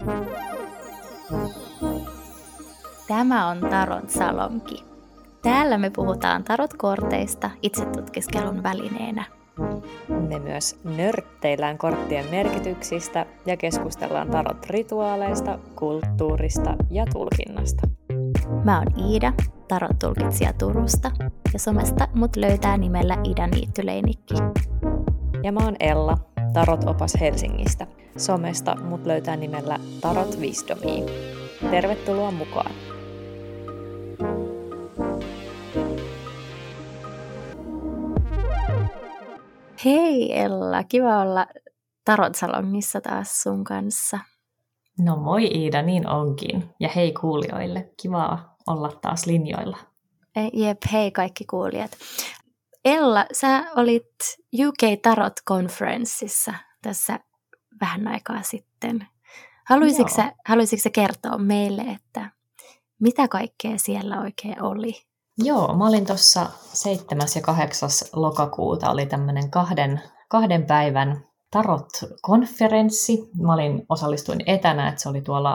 Tämä on Tarot Salonki. Täällä me puhutaan tarotkorteista itsetutkiskelun välineenä. Me myös nörtteillään korttien merkityksistä ja keskustellaan tarot-rituaaleista, kulttuurista ja tulkinnasta. Mä oon Iida, tarot-tulkitsija Turusta, ja somesta mut löytää nimellä Ida Niittyleinikki. Ja mä oon Ella, tarot-opas Helsingistä. Somesta mut löytää nimellä Tarot Wisdomia. Tervetuloa mukaan! Hei Ella, kiva olla Tarot Salongissa taas sun kanssa. No moi Iida, niin onkin. Ja hei kuulijoille, kivaa olla taas linjoilla. Jep, hei kaikki kuulijat. Ella, sä olit UK Tarot Conferenceissa tässä vähän aikaa sitten. Haluaisitko sä kertoa meille, että mitä kaikkea siellä oikein oli? Joo, mä olin tuossa 7. ja 8. lokakuuta, oli tämmöinen kahden päivän tarot-konferenssi. Osallistuin etänä, että se oli tuolla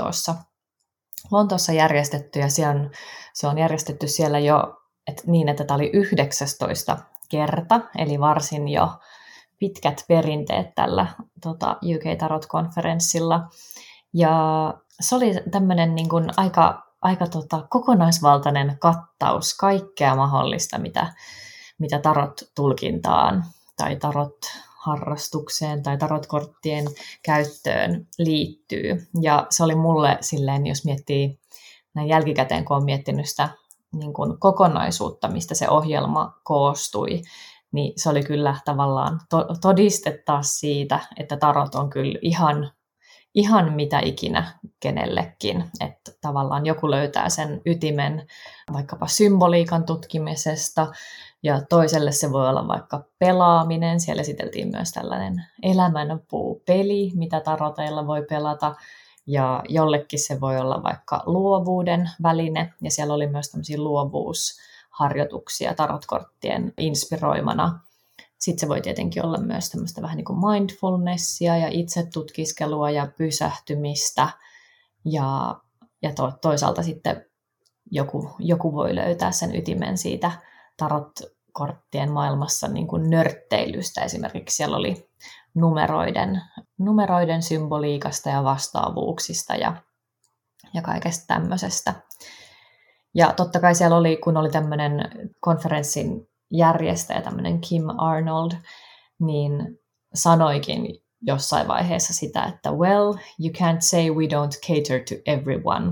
Lontoossa järjestetty, ja se on järjestetty siellä jo niin, että tämä oli 19. kerta, eli varsin jo pitkät perinteet tällä UK Tarot-konferenssilla. Ja se oli tämmöinen niin kuin aika kokonaisvaltainen kattaus kaikkea mahdollista, mitä tarot-tulkintaan tai tarot-harrastukseen tai tarotkorttien käyttöön liittyy. Ja se oli mulle silleen, jos miettii näin jälkikäteen, kun olen miettinyt sitä niin kuin kokonaisuutta, mistä se ohjelma koostui, niin se oli kyllä tavallaan todiste taas siitä, että tarot on kyllä ihan mitä ikinä kenellekin, että tavallaan joku löytää sen ytimen vaikkapa symboliikan tutkimisesta, ja toiselle se voi olla vaikka pelaaminen. Siellä esiteltiin myös tällainen elämänpuupeli, mitä taroteilla voi pelata, ja jollekin se voi olla vaikka luovuuden väline, ja siellä oli myös tämmöisiä luovuusharjoituksia tarotkorttien inspiroimana. Sitten se voi tietenkin olla myös tämmöistä vähän niin kuin mindfulnessia ja itsetutkiskelua ja pysähtymistä. Ja toisaalta sitten joku voi löytää sen ytimen siitä tarotkorttien maailmassa niin kuin nörtteilystä. Esimerkiksi siellä oli numeroiden symboliikasta ja vastaavuuksista ja kaikesta tämmöisestä. Ja totta kai siellä oli, kun oli tämmöinen konferenssin järjestäjä, tämmöinen Kim Arnold, niin sanoikin jossain vaiheessa sitä, että well, you can't say we don't cater to everyone.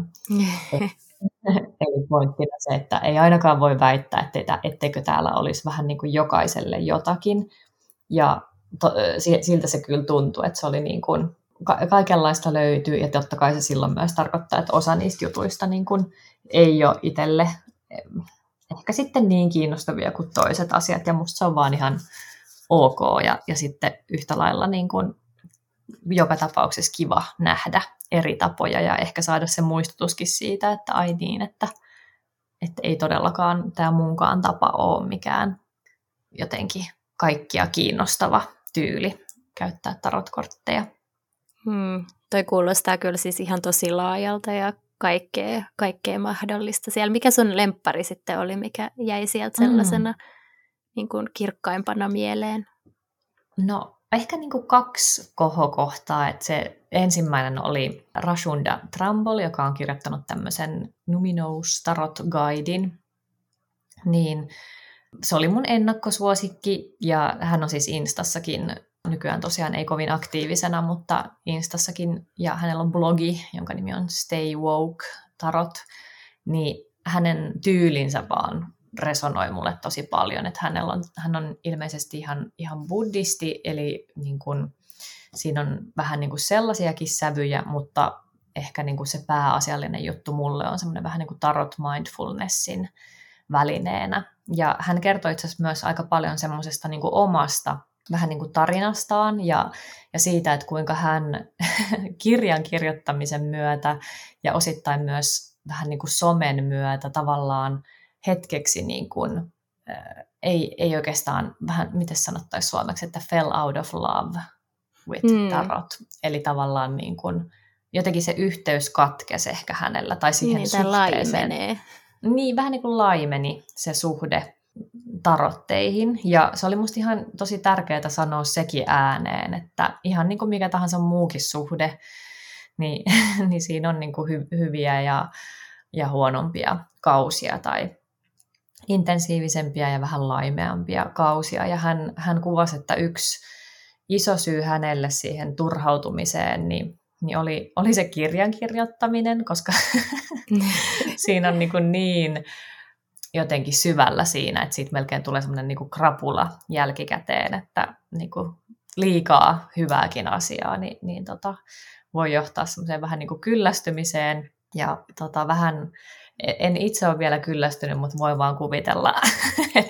Eli pointtina se, että ei ainakaan voi väittää, etteikö täällä olisi vähän niin kuin jokaiselle jotakin. Ja siltä se kyllä tuntui, että se oli niin kuin, kaikenlaista löytyy, ja totta kai se silloin myös tarkoittaa, että osa niistä jutuista niin kuin ei ole itselle ehkä sitten niin kiinnostavia kuin toiset asiat, ja musta se on vaan ihan ok, ja sitten yhtä lailla niin kuin joka tapauksessa kiva nähdä eri tapoja, ja ehkä saada se muistutuskin siitä, että ai niin, että ei todellakaan tämä munkaan tapa ole mikään jotenkin kaikkia kiinnostava tyyli käyttää tarotkortteja. Toi kuulostaa kyllä siis ihan tosi laajalta ja kaikkea mahdollista siellä. Mikä sun lemppari sitten oli, mikä jäi sieltä sellaisena niin kuin kirkkaimpana mieleen? No ehkä niin kuin 2 kohokohtaa. Että se ensimmäinen oli Rashunda Trambol, joka on kirjoittanut tämmöisen Numinous Tarot Guidin. Niin se oli mun ennakkosuosikki, ja hän on siis Instassakin nykyään tosiaan ei kovin aktiivisena, mutta Instassakin, ja hänellä on blogi, jonka nimi on Stay Woke Tarot, niin hänen tyylinsä vaan resonoi mulle tosi paljon, että hän on ilmeisesti ihan buddhisti, eli niin kuin, siinä on vähän niin kuin sellaisiakin sävyjä, mutta ehkä niin kuin se pääasiallinen juttu mulle on semmoinen vähän niin kuin tarot mindfulnessin välineenä. Ja hän kertoi itse asiassa myös aika paljon semmoisesta niin kuin omasta vähän niin kuin tarinastaan ja siitä, että kuinka hän kirjan kirjoittamisen myötä ja osittain myös vähän niin kuin somen myötä tavallaan hetkeksi niin kuin, ei oikeastaan, vähän miten sanottaisiin suomeksi, että fell out of love with tarot. Eli tavallaan niin kuin jotenkin se yhteys katkesi ehkä hänellä tai siihen niin, suhteeseen. Laimenee. Niin, vähän niin kuin laimeni se suhde tarotteihin. Ja se oli musta ihan tosi tärkeää sanoa sekin ääneen, että ihan niin kuin mikä tahansa muukin suhde, niin, niin siinä on niin kuin hyviä ja huonompia kausia tai intensiivisempiä ja vähän laimeampia kausia. Ja hän kuvasi, että yksi iso syy hänelle siihen turhautumiseen niin oli se kirjan kirjoittaminen, koska siinä on niin jotenkin syvällä siinä, että siitä melkein tulee semmoinen niin kuin krapula jälkikäteen, että niin kuin liikaa hyvääkin asiaa niin voi johtaa semmoiseen vähän niin kuin kyllästymiseen. Ja vähän, en itse ole vielä kyllästynyt, mutta voi vaan kuvitella, että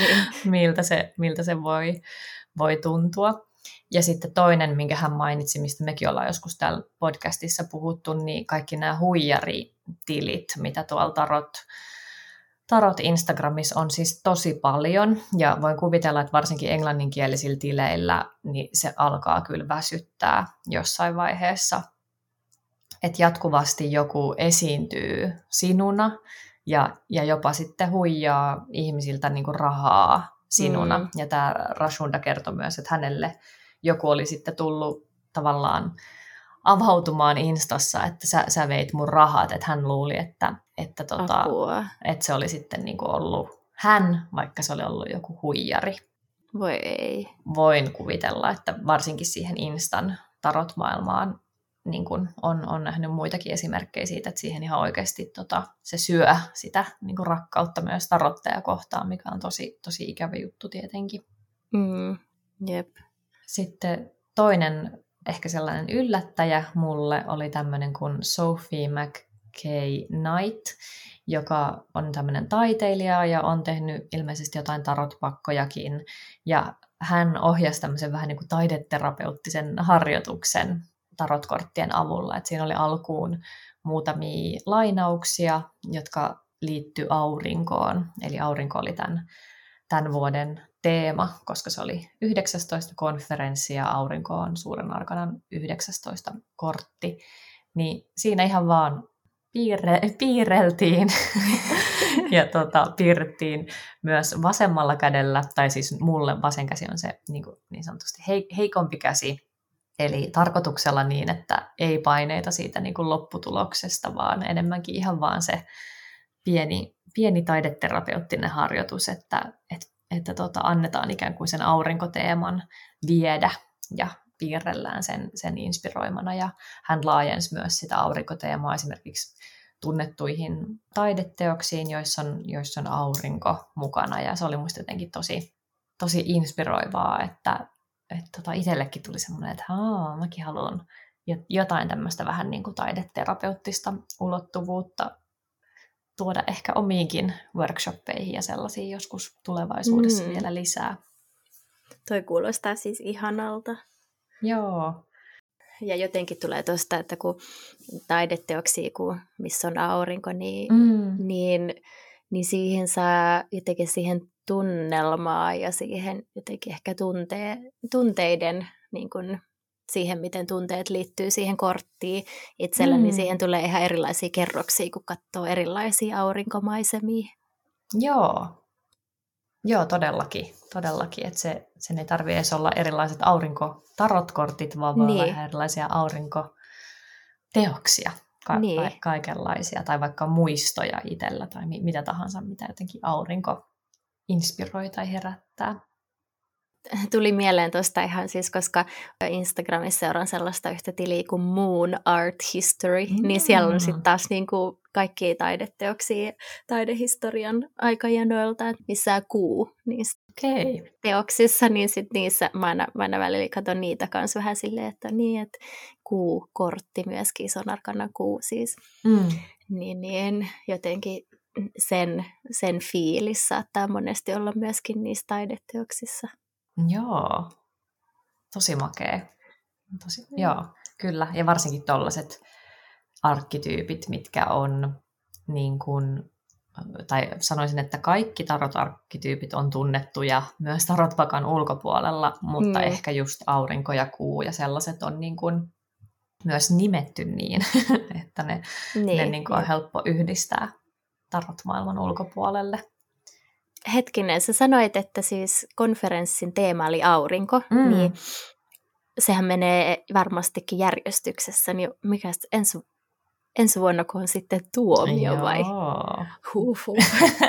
miltä se voi tuntua. Ja sitten toinen, minkä hän mainitsi, mistä mekin ollaan joskus täällä podcastissa puhuttu, niin kaikki nämä huijaritilit, mitä tuolla Tarot Instagramissa on siis tosi paljon. Ja voin kuvitella, että varsinkin englanninkielisillä tileillä niin se alkaa kyllä väsyttää jossain vaiheessa. Että jatkuvasti joku esiintyy sinuna ja jopa sitten huijaa ihmisiltä niinku rahaa sinuna. Ja tämä Rashunda kertoi myös, että hänelle joku oli sitten tullut tavallaan avautumaan Instassa, että sä veit mun rahat, että hän luuli, että se oli sitten niinku ollut hän, vaikka se oli ollut joku huijari. Voi ei. Voin kuvitella, että varsinkin siihen Instan tarot-maailmaan niin kun on nähnyt muitakin esimerkkejä siitä, että siihen ihan oikeasti se syö sitä niin kun rakkautta myös tarotteja kohtaan, mikä on tosi, tosi ikävä juttu tietenkin. Jep. Sitten toinen ehkä sellainen yllättäjä mulle oli tämmöinen kuin Sophie McKay Knight, joka on tämmöinen taiteilija ja on tehnyt ilmeisesti jotain tarotpakkojakin. Ja hän ohjasi tämmöisen vähän niin kuin taideterapeuttisen harjoituksen tarotkorttien avulla. Et siinä oli alkuun muutamia lainauksia, jotka liittyi aurinkoon. Eli aurinko oli tämän vuoden teema, koska se oli 19 konferenssi ja aurinko on suuren arkanan 19 kortti. Niin siinä ihan vaan piirreltiin ja piirrettiin myös vasemmalla kädellä, tai siis mulle vasen käsi on se niin sanotusti heikompi käsi, eli tarkoituksella niin, että ei paineita siitä niin kuin lopputuloksesta, vaan enemmänkin ihan vaan se pieni taideterapeuttinen harjoitus, että annetaan ikään kuin sen aurinkoteeman viedä ja piirrellään sen inspiroimana. Ja hän laajensi myös sitä aurinkoteemaa esimerkiksi tunnettuihin taideteoksiin, joissa on aurinko mukana. Ja se oli musta jotenkin tosi inspiroivaa, että itsellekin tuli semmoinen, että mäkin haluan jotain tämmöistä vähän niin kuin taideterapeuttista ulottuvuutta tuoda ehkä omiinkin workshoppeihin ja sellaisiin joskus tulevaisuudessa vielä lisää. Toi kuulostaa siis ihanalta. Joo. Ja jotenkin tulee tuosta, että kun taideteoksia, missä on aurinko, niin siihen saa jotenkin siihen tunnelmaa ja siihen jotenkin ehkä tunteiden, niin kuin siihen, miten tunteet liittyy siihen korttiin itsellä, niin siihen tulee ihan erilaisia kerroksia, kun katsoo erilaisia aurinkomaisemia. Joo, todellakin. Että sen ei tarvitse edes olla erilaiset aurinkotarotkortit, vaan vähän erilaisia aurinkoteoksia, kaikenlaisia, tai vaikka muistoja itsellä, tai mitä tahansa, mitä jotenkin aurinko inspiroi tai herättää. Tuli mieleen tuosta ihan siis, koska Instagramissa seuraan sellaista yhtä tiliä kuin Moon Art History, niin siellä on sitten taas niinku kaikkia taideteoksia taidehistorian aikajanoilta, missä kuu niissä teoksissa, niin sitten niissä mä aina välillä katson niitä kanssa vähän silleen, että kuu-kortti myöskin, se on arkanan kuu siis. Niin jotenkin sen fiilis saattaa monesti olla myöskin niissä taideteoksissa. Joo, tosi makea. Joo, kyllä. Ja varsinkin tollaiset arkkityypit, mitkä on niin kuin, tai sanoisin, että kaikki tarot-arkkityypit on tunnettuja myös tarotpakan ulkopuolella, mutta ehkä just aurinko ja kuu ja sellaiset on niin kuin myös nimetty niin, että ne niin kuin on helppo yhdistää tarot-maailman ulkopuolelle. Hetkinen, sä sanoit, että siis konferenssin teema oli aurinko, niin sehän menee varmastikin järjestyksessä, niin mikä ensi vuonna, kun on sitten tuomio vai? Huuhu.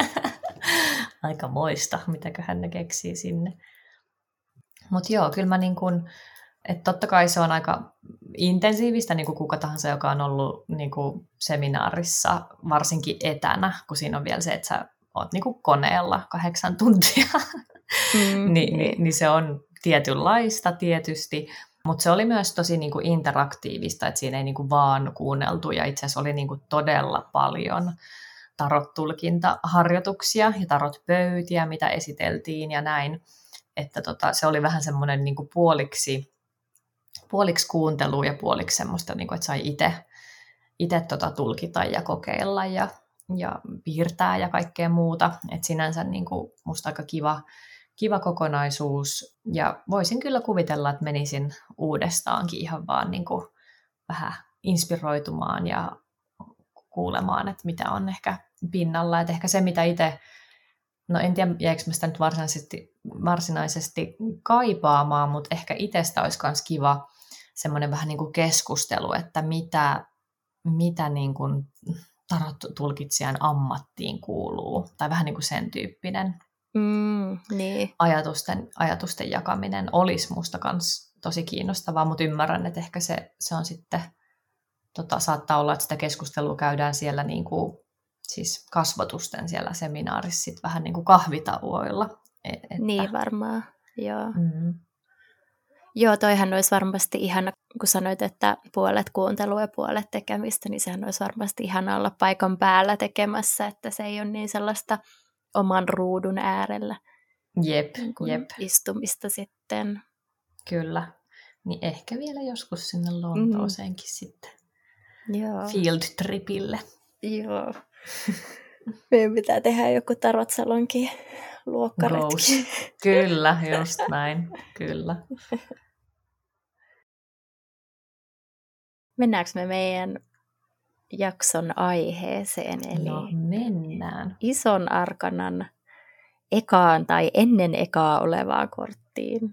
Aika moista, mitäköhän ne keksii sinne. Mutta joo, kyllä mä niin kun, että totta kai se on aika intensiivistä, niin kuin kuka tahansa, joka on ollut niin kuin seminaarissa, varsinkin etänä, kun siinä on vielä se, että sä oot niin kuin koneella 8 tuntia. niin se on tietynlaista tietysti, mutta se oli myös tosi niin kuin interaktiivista, että siinä ei niin kuin vaan kuunneltu, ja itse asiassa oli niin kuin todella paljon tarot-tulkintaharjoituksia ja tarot-pöytiä, mitä esiteltiin ja näin, että se oli vähän semmoinen niin kuin puoliksi kuuntelua ja puoliksi semmoista, niin kuin, että sai itse tulkita ja kokeilla ja piirtää ja kaikkea muuta. Et sinänsä niin kuin, musta aika kiva kokonaisuus. Ja voisin kyllä kuvitella, että menisin uudestaankin ihan vaan niin kuin, vähän inspiroitumaan ja kuulemaan, että mitä on ehkä pinnalla. Et ehkä se, mitä itse, no en tiedä, jäikö mä sitä nyt varsinaisesti kaipaamaan, mutta ehkä itsestä olisi myös kiva semmoinen vähän niin kuin keskustelu, että mitä niin kuin tarot-tulkitsijan ammattiin kuuluu, tai vähän niin kuin sen tyyppinen niin. ajatusten jakaminen olisi musta kans tosi kiinnostavaa, mutta ymmärrän, että ehkä se on sitten, saattaa olla, että sitä keskustelua käydään siellä niin kuin, siis kasvotusten siellä seminaarissa sit vähän niin kuin kahvitauoilla. Niin varmaan, joo. Joo, toihan olisi varmasti ihana, kun sanoit, että puolet kuuntelua ja puolet tekemistä, niin sehän olisi varmasti ihana olla paikan päällä tekemässä, että se ei ole niin sellaista oman ruudun äärellä jep. istumista sitten. Kyllä, niin ehkä vielä joskus sinne Lontooseenkin sitten field tripille. Joo. Meidän pitää tehdä joku tarotsalonkin luokkaretki. Kyllä, just näin, kyllä. Mennäänkö me meidän jakson aiheeseen, eli mennään. ison arkanan ekaan tai ennen ekaa olevaan korttiin.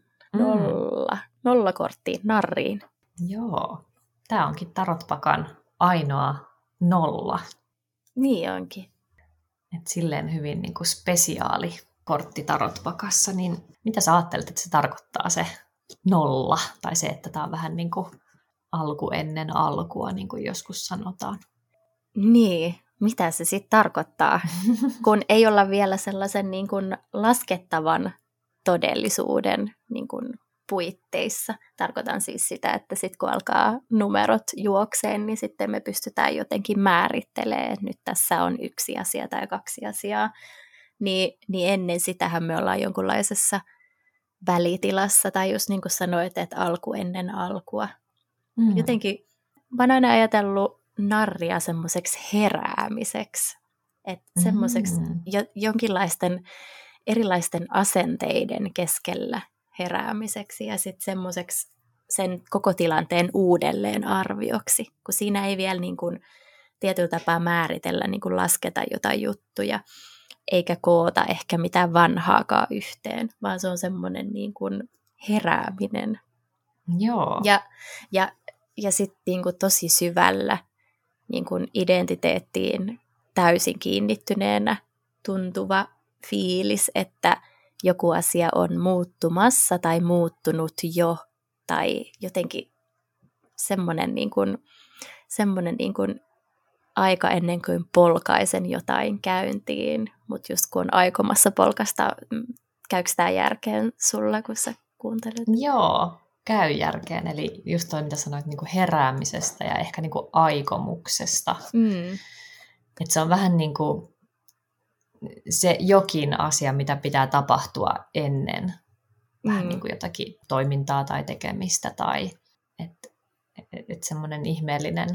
0 korttiin, narriin. Joo, tämä onkin tarotpakan ainoa 0. Niin onkin. Et silleen hyvin niin kuin spesiaali kortti tarotpakassa, niin mitä sä ajattelet, että se tarkoittaa se 0, tai se, että tämä on vähän niin kuin alku ennen alkua, niin kuin joskus sanotaan. Niin, mitä se sitten tarkoittaa, kun ei olla vielä sellaisen niin kuin laskettavan todellisuuden niin kuin puitteissa. Tarkoitan siis sitä, että sitten kun alkaa numerot juokseen, niin sitten me pystytään jotenkin määrittelemään, että nyt tässä on 1 asia tai 2 asiaa. Niin ennen sitähän me ollaan jonkunlaisessa välitilassa, tai just niin kuin sanoit, että alku ennen alkua. Jotenkin mä oon aina ajatellut narria semmoiseksi heräämiseksi, että semmoiseksi jonkinlaisten erilaisten asenteiden keskellä heräämiseksi ja sitten semmoiseksi sen koko tilanteen uudelleen arvioksi, kun siinä ei vielä niin kuin tietyllä tapaa määritellä, niin kuin lasketa jotain juttuja, eikä koota ehkä mitään vanhaakaan yhteen, vaan se on semmoinen niin kuin herääminen. Joo. Ja sitten niin kuin tosi syvällä niin kuin identiteettiin täysin kiinnittyneenä tuntuva fiilis, että joku asia on muuttumassa tai muuttunut jo, tai jotenkin semmoinen niin kuin aika ennen kuin polkaisen jotain käyntiin, mutta just kun on aikomassa polkasta, käykö tämä järkeen sulla, kun sä kuuntelet? Joo, käy järkeen, eli just toi, mitä sanoit, niin kuin heräämisestä ja ehkä niin kuin aikomuksesta. Että se on vähän niin kuin se jokin asia, mitä pitää tapahtua ennen vähän niin kuin jotakin toimintaa tai tekemistä, tai että semmoinen ihmeellinen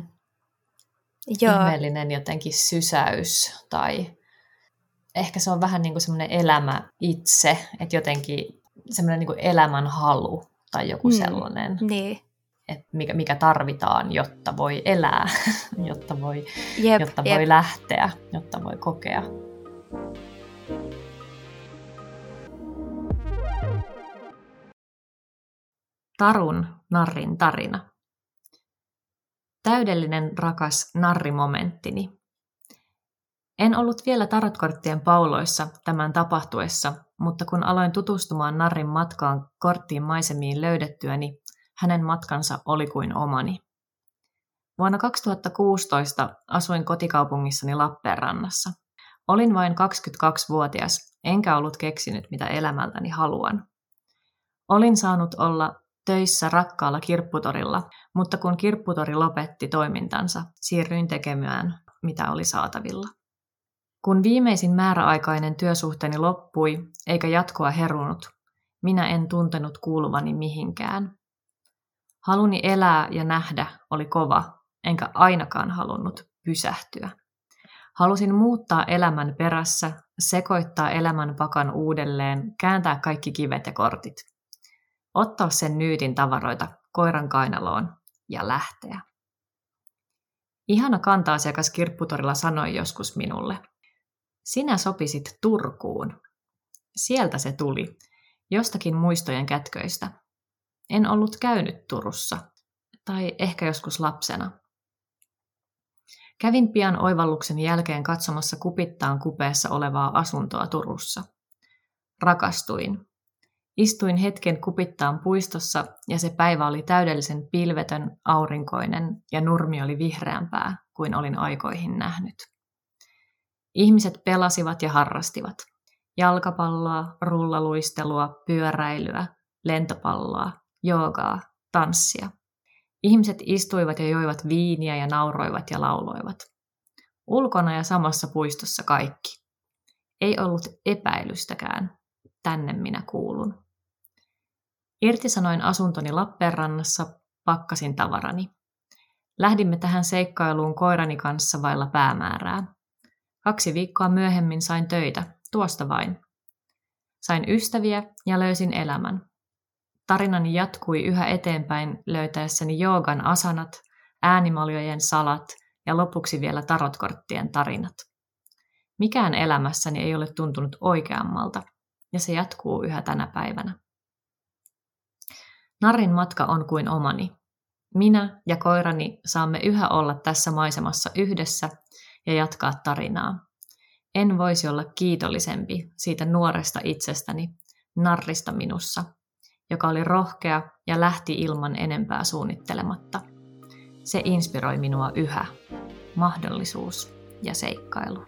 jotenkin sysäys, tai ehkä se on vähän niin kuin semmoinen elämä itse, että jotenkin semmoinen niin kuin elämän halu tai joku sellainen. Niin. mikä tarvitaan, jotta voi elää, jotta voi lähteä, jotta voi kokea. Tarun narrin tarina. Täydellinen rakas narrimomenttini. En ollut vielä tarotkorttien pauloissa tämän tapahtuessa, mutta kun aloin tutustumaan narrin matkaan korttiin maisemiin löydettyäni, hänen matkansa oli kuin omani. Vuonna 2016 asuin kotikaupungissani Lappeenrannassa. Olin vain 22-vuotias, enkä ollut keksinyt, mitä elämältäni haluan. Olin saanut olla töissä rakkaalla kirpputorilla, mutta kun kirpputori lopetti toimintansa, siirryin tekemään, mitä oli saatavilla. Kun viimeisin määräaikainen työsuhteeni loppui, eikä jatkoa herunut, minä en tuntenut kuuluvani mihinkään. Haluni elää ja nähdä oli kova, enkä ainakaan halunnut pysähtyä. Halusin muuttaa elämän perässä, sekoittaa elämän pakan uudelleen, kääntää kaikki kivet ja kortit. Ottaa sen nyytin tavaroita koiran kainaloon ja lähteä. Ihana kanta-asiakas kirpputorilla sanoi joskus minulle, sinä sopisit Turkuun. Sieltä se tuli, jostakin muistojen kätköistä. En ollut käynyt Turussa, tai ehkä joskus lapsena. Kävin pian oivalluksen jälkeen katsomassa kupittaan kupeessa olevaa asuntoa Turussa. Rakastuin. Istuin hetken kupittaan puistossa ja se päivä oli täydellisen pilvetön, aurinkoinen ja nurmi oli vihreämpää kuin olin aikoihin nähnyt. Ihmiset pelasivat ja harrastivat. Jalkapalloa, rullaluistelua, pyöräilyä, lentopalloa, joogaa, tanssia. Ihmiset istuivat ja joivat viiniä ja nauroivat ja lauloivat. Ulkona ja samassa puistossa kaikki. Ei ollut epäilystäkään. Tänne minä kuulun. Irtisanoin asuntoni Lappeenrannassa, pakkasin tavarani. Lähdimme tähän seikkailuun koirani kanssa vailla päämäärää. 2 viikkoa myöhemmin sain töitä, tuosta vain. Sain ystäviä ja löysin elämän. Tarinani jatkui yhä eteenpäin löytäessäni joogan asanat, äänimaljojen salat ja lopuksi vielä tarotkorttien tarinat. Mikään elämässäni ei ole tuntunut oikeammalta, ja se jatkuu yhä tänä päivänä. Narrin matka on kuin omani. Minä ja koirani saamme yhä olla tässä maisemassa yhdessä ja jatkaa tarinaa. En voisi olla kiitollisempi siitä nuoresta itsestäni, narrista minussa, joka oli rohkea ja lähti ilman enempää suunnittelematta. Se inspiroi minua yhä. Mahdollisuus ja seikkailu.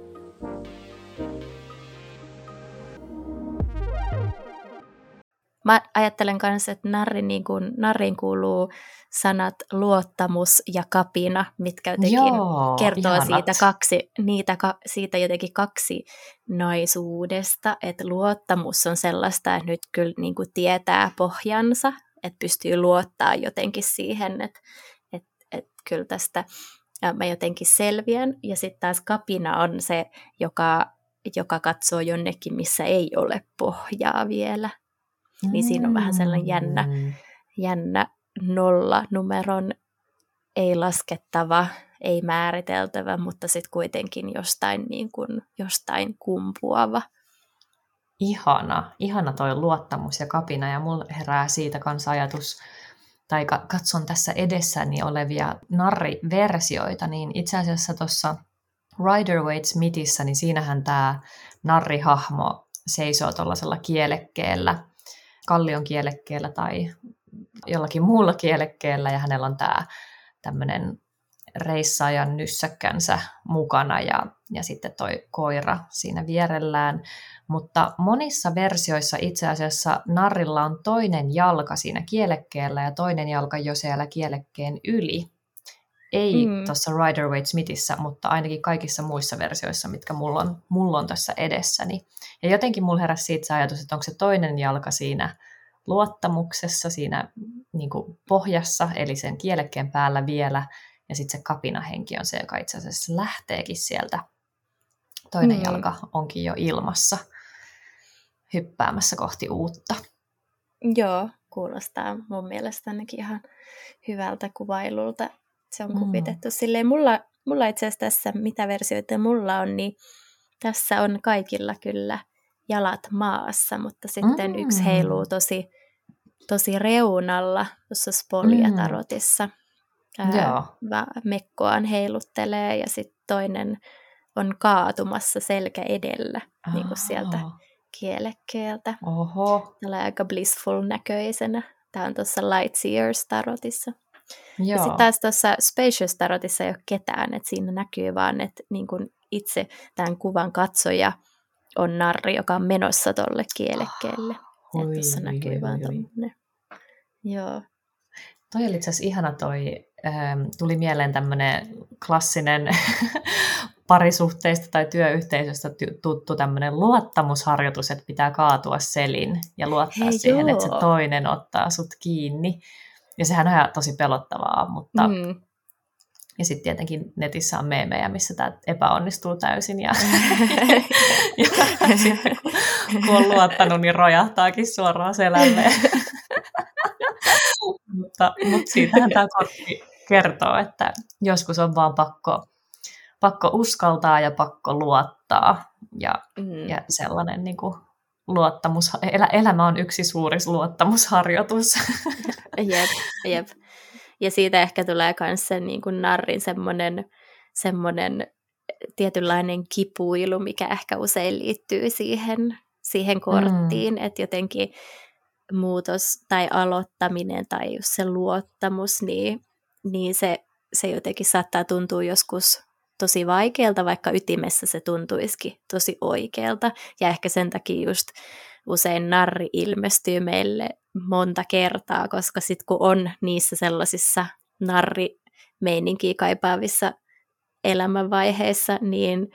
Mä ajattelen myös, että narriin kuuluu sanat luottamus ja kapina, mitkä jotenkin kertoo siitä jotenkin kaksinaisuudesta, että luottamus on sellaista, että nyt kyllä niin kuin tietää pohjansa, että pystyy luottaa jotenkin siihen, että kyllä tästä mä jotenkin selviän, ja sitten taas kapina on se, joka katsoo jonnekin, missä ei ole pohjaa vielä. Niin siinä on vähän sellainen jännä nollanumeron ei laskettava, ei määriteltävä, mutta sitten kuitenkin jostain kumpuava. Ihana toi luottamus ja kapina, ja mulla herää siitä kanssa ajatus, tai katson tässä edessäni olevia narriversioita, niin itse asiassa tuossa Rider-Waite-Smithissä, niin siinähän tämä narrihahmo seisoo tuollaisella kielekkeellä, kallion kielekkeellä tai jollakin muulla kielekkeellä, ja hänellä on tämä tämmöinen reissaajan nyssäkkänsä mukana ja sitten toi koira siinä vierellään. Mutta monissa versioissa itse asiassa narrilla on toinen jalka siinä kielekkeellä ja toinen jalka jo siellä kielekkeen yli. Ei tuossa Rider-Waite-Smithissä, mutta ainakin kaikissa muissa versioissa, mitkä mulla on tässä edessäni. Ja jotenkin mulla heräsi siitä se ajatus, että onko se toinen jalka siinä luottamuksessa, siinä niin kuin pohjassa, eli sen kielekkeen päällä vielä, ja sitten se kapinahenki on se, joka itse asiassa lähteekin sieltä. Toinen jalka onkin jo ilmassa, hyppäämässä kohti uutta. Joo, kuulostaa mun mielestä ainakin ihan hyvältä kuvailulta. Se on kuvitettu silleen. Mulla itse asiassa tässä, mitä versioita mulla on, niin tässä on kaikilla kyllä jalat maassa, mutta sitten yksi heiluu tosi reunalla tuossa Spolia-tarotissa. Mekkoaan heiluttelee ja sitten toinen on kaatumassa selkä edellä niin kuin sieltä kielekkeeltä. Tällä aika blissful näköisenä. Tämä on tuossa Lightseers-tarotissa. Ja sitten taas tuossa Spacious-tarotissa ei ole ketään, että siinä näkyy vaan, että niin kuin itse tämän kuvan katsoja on narri, joka on menossa tuolle kielekkeelle. Tuossa näkyy vaan tuommoinen. Joo. Toi oli itse asiassa ihana tuli mieleen tämmöinen klassinen parisuhteista tai työyhteisöstä tuttu tämmöinen luottamusharjoitus, että pitää kaatua selin ja luottaa siihen, että se toinen ottaa sut kiinni. Ja sehän on ihan tosi pelottavaa, mutta ja sitten tietenkin netissä on meemejä, missä tämä epäonnistuu täysin ja sitten kun on luottanut, niin rojahtaakin suoraan selälleen. Mutta siitähän tämä kortti kertoo, että joskus on vaan pakko uskaltaa ja pakko luottaa. Ja sellainen niin kuin elämä on yksi suuri luottamusharjoitus. Jep. Ja siitä ehkä tulee myös sen niin kuin narrin semmoinen tietynlainen kipuilu, mikä ehkä usein liittyy siihen korttiin, että jotenkin muutos tai aloittaminen tai just se luottamus, niin se jotenkin saattaa tuntua joskus tosi vaikealta, vaikka ytimessä se tuntuisikin tosi oikealta. Ja ehkä sen takia just usein narri ilmestyy meille monta kertaa, koska sitten kun on niissä sellaisissa narrimeininkiä kaipaavissa elämänvaiheissa, niin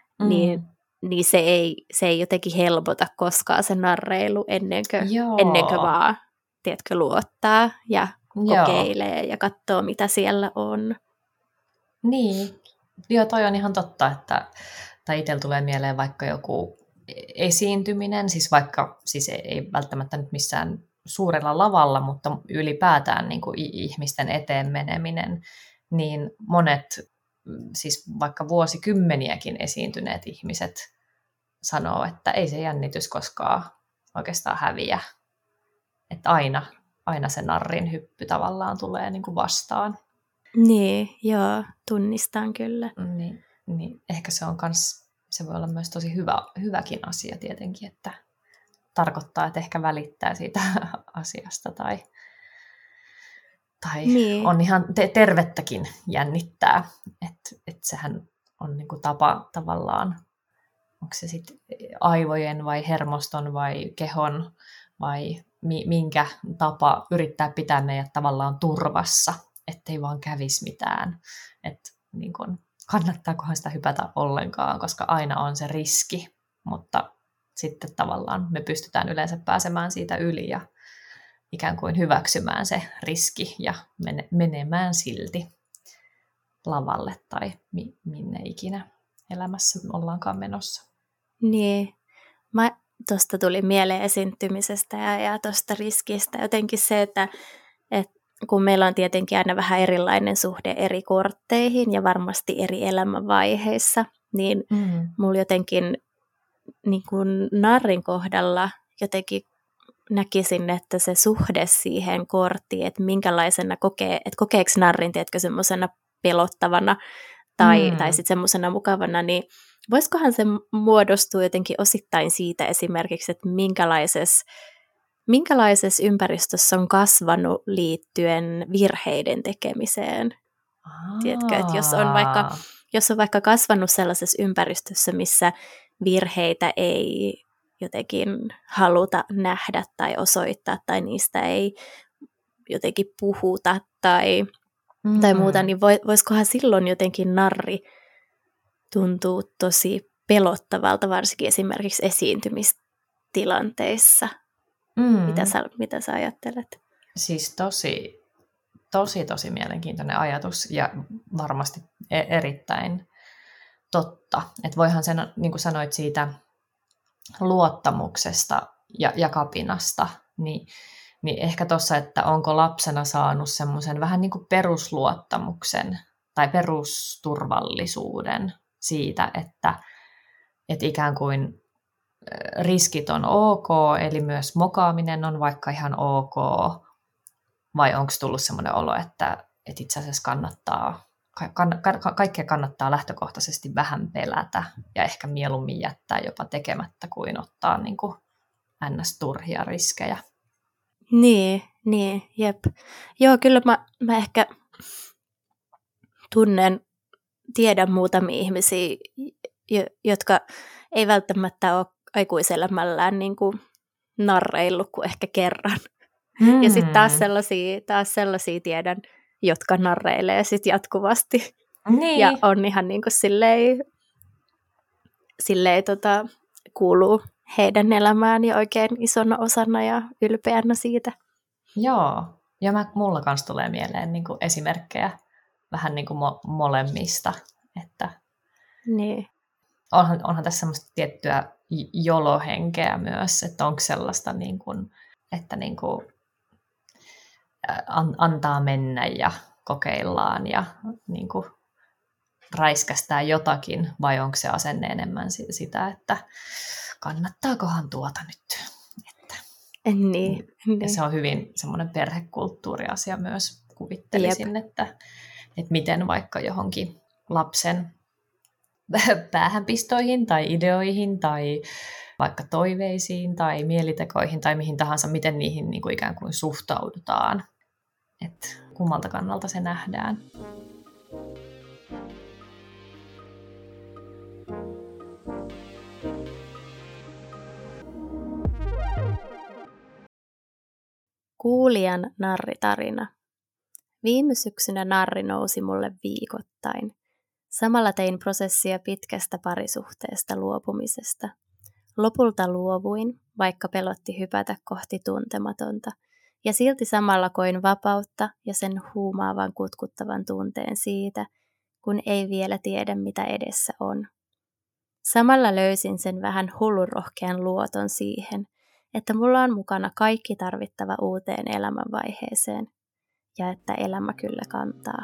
se ei jotenkin helpota koskaan se narreilu ennen kuin vaan, tiedätkö, luottaa ja kokeilee ja katsoo, mitä siellä on. Niin, joo, toi on ihan totta, tai itsellä tulee mieleen vaikka joku esiintyminen, siis ei välttämättä nyt missään suurella lavalla, mutta ylipäätään niin kuin ihmisten eteen meneminen, niin monet, siis vaikka vuosikymmeniäkin esiintyneet ihmiset sanoo, että ei se jännitys koskaan oikeastaan häviä, että aina se narrin hyppy tavallaan tulee niin kuin vastaan. Niin, joo, tunnistan kyllä. Niin ehkä se voi olla myös tosi hyväkin asia tietenkin, että tarkoittaa, että ehkä välittää siitä asiasta tai niin. On ihan tervettäkin jännittää, että sehän on niinku tapa tavallaan, onko se sitten aivojen vai hermoston vai kehon vai minkä tapa yrittää pitää meidät tavallaan turvassa, ettei vaan kävisi mitään, että niin kun, kannattaakohan sitä hypätä ollenkaan, koska aina on se riski, mutta sitten tavallaan me pystytään yleensä pääsemään siitä yli ja ikään kuin hyväksymään se riski ja menemään silti lavalle tai minne ikinä elämässä ollaankaan menossa. Niin, tuosta tuli mieleen esiintymisestä ja tuosta riskistä jotenkin se, että kun meillä on tietenkin aina vähän erilainen suhde eri kortteihin ja varmasti eri elämänvaiheissa, niin mulla jotenkin niin kuin narrin kohdalla jotenkin näkisin, että se suhde siihen korttiin, että minkälaisena että kokeeko narrin, tiedätkö, semmoisena pelottavana tai sitten semmoisena mukavana, niin voisikohan se muodostua jotenkin osittain siitä esimerkiksi, että minkälaisessa ympäristössä on kasvanut liittyen virheiden tekemiseen. Tiedätkö, että jos on vaikka kasvanut sellaisessa ympäristössä, missä virheitä ei jotenkin haluta nähdä tai osoittaa tai niistä ei jotenkin puhuta tai muuta, niin voisikohan silloin jotenkin narri tuntuu tosi pelottavalta, varsinkin esimerkiksi esiintymistilanteissa. Mitä sä ajattelet? Siis tosi mielenkiintoinen ajatus ja varmasti erittäin totta. Että voihan sen, niin kuin sanoit siitä luottamuksesta ja kapinasta, niin Niin ehkä tuossa, että onko lapsena saanut semmoisen vähän niin kuin perusluottamuksen tai perusturvallisuuden siitä, että ikään kuin riskit on ok, eli myös mokaaminen on vaikka ihan ok, vai onko tullut semmoinen olo, että itse asiassa kaikkea kannattaa lähtökohtaisesti vähän pelätä ja ehkä mieluummin jättää jopa tekemättä kuin ottaa niin kuin ns-turhia riskejä. Niin, jep. Joo, kyllä mä ehkä tiedän muutamia ihmisiä, jotka ei välttämättä ole aikuiselämällään niin kuin narreillut kuin ehkä kerran. Ja sitten taas sellaisia tiedän, jotka narreilee sit jatkuvasti. Niin. Ja on ihan niin kuin silleen kuuluu heidän elämään ja oikein isona osana ja ylpeänä siitä. Joo, ja mulla kanssa tulee mieleen niin kuin esimerkkejä vähän niin kuin molemmista. Että niin. Onhan tässä semmoista tiettyä jolohenkeä myös, että onko sellaista, niin kuin, että niin kuin antaa mennä ja kokeillaan ja niin kuin räiskästää jotakin, vai onko se asenne enemmän sitä, että kannattaakohan tuota nyt. Niin. Ja se on hyvin semmoinen perhekulttuuriasia myös, kuvittelisin, että miten vaikka johonkin lapsen päähänpistoihin tai ideoihin tai vaikka toiveisiin tai mielitekoihin tai mihin tahansa, miten niihin niin kuin ikään kuin suhtaudutaan. Että kummalta kannalta se nähdään. Kuulijan narritarina. Viime syksynä narri nousi mulle viikoittain. Samalla tein prosessia pitkästä parisuhteesta luopumisesta. Lopulta luovuin, vaikka pelotti hypätä kohti tuntematonta, ja silti samalla koin vapautta ja sen huumaavan kutkuttavan tunteen siitä, kun ei vielä tiedä mitä edessä on. Samalla löysin sen vähän hullunrohkean luoton siihen, että mulla on mukana kaikki tarvittava uuteen elämänvaiheeseen, ja että elämä kyllä kantaa.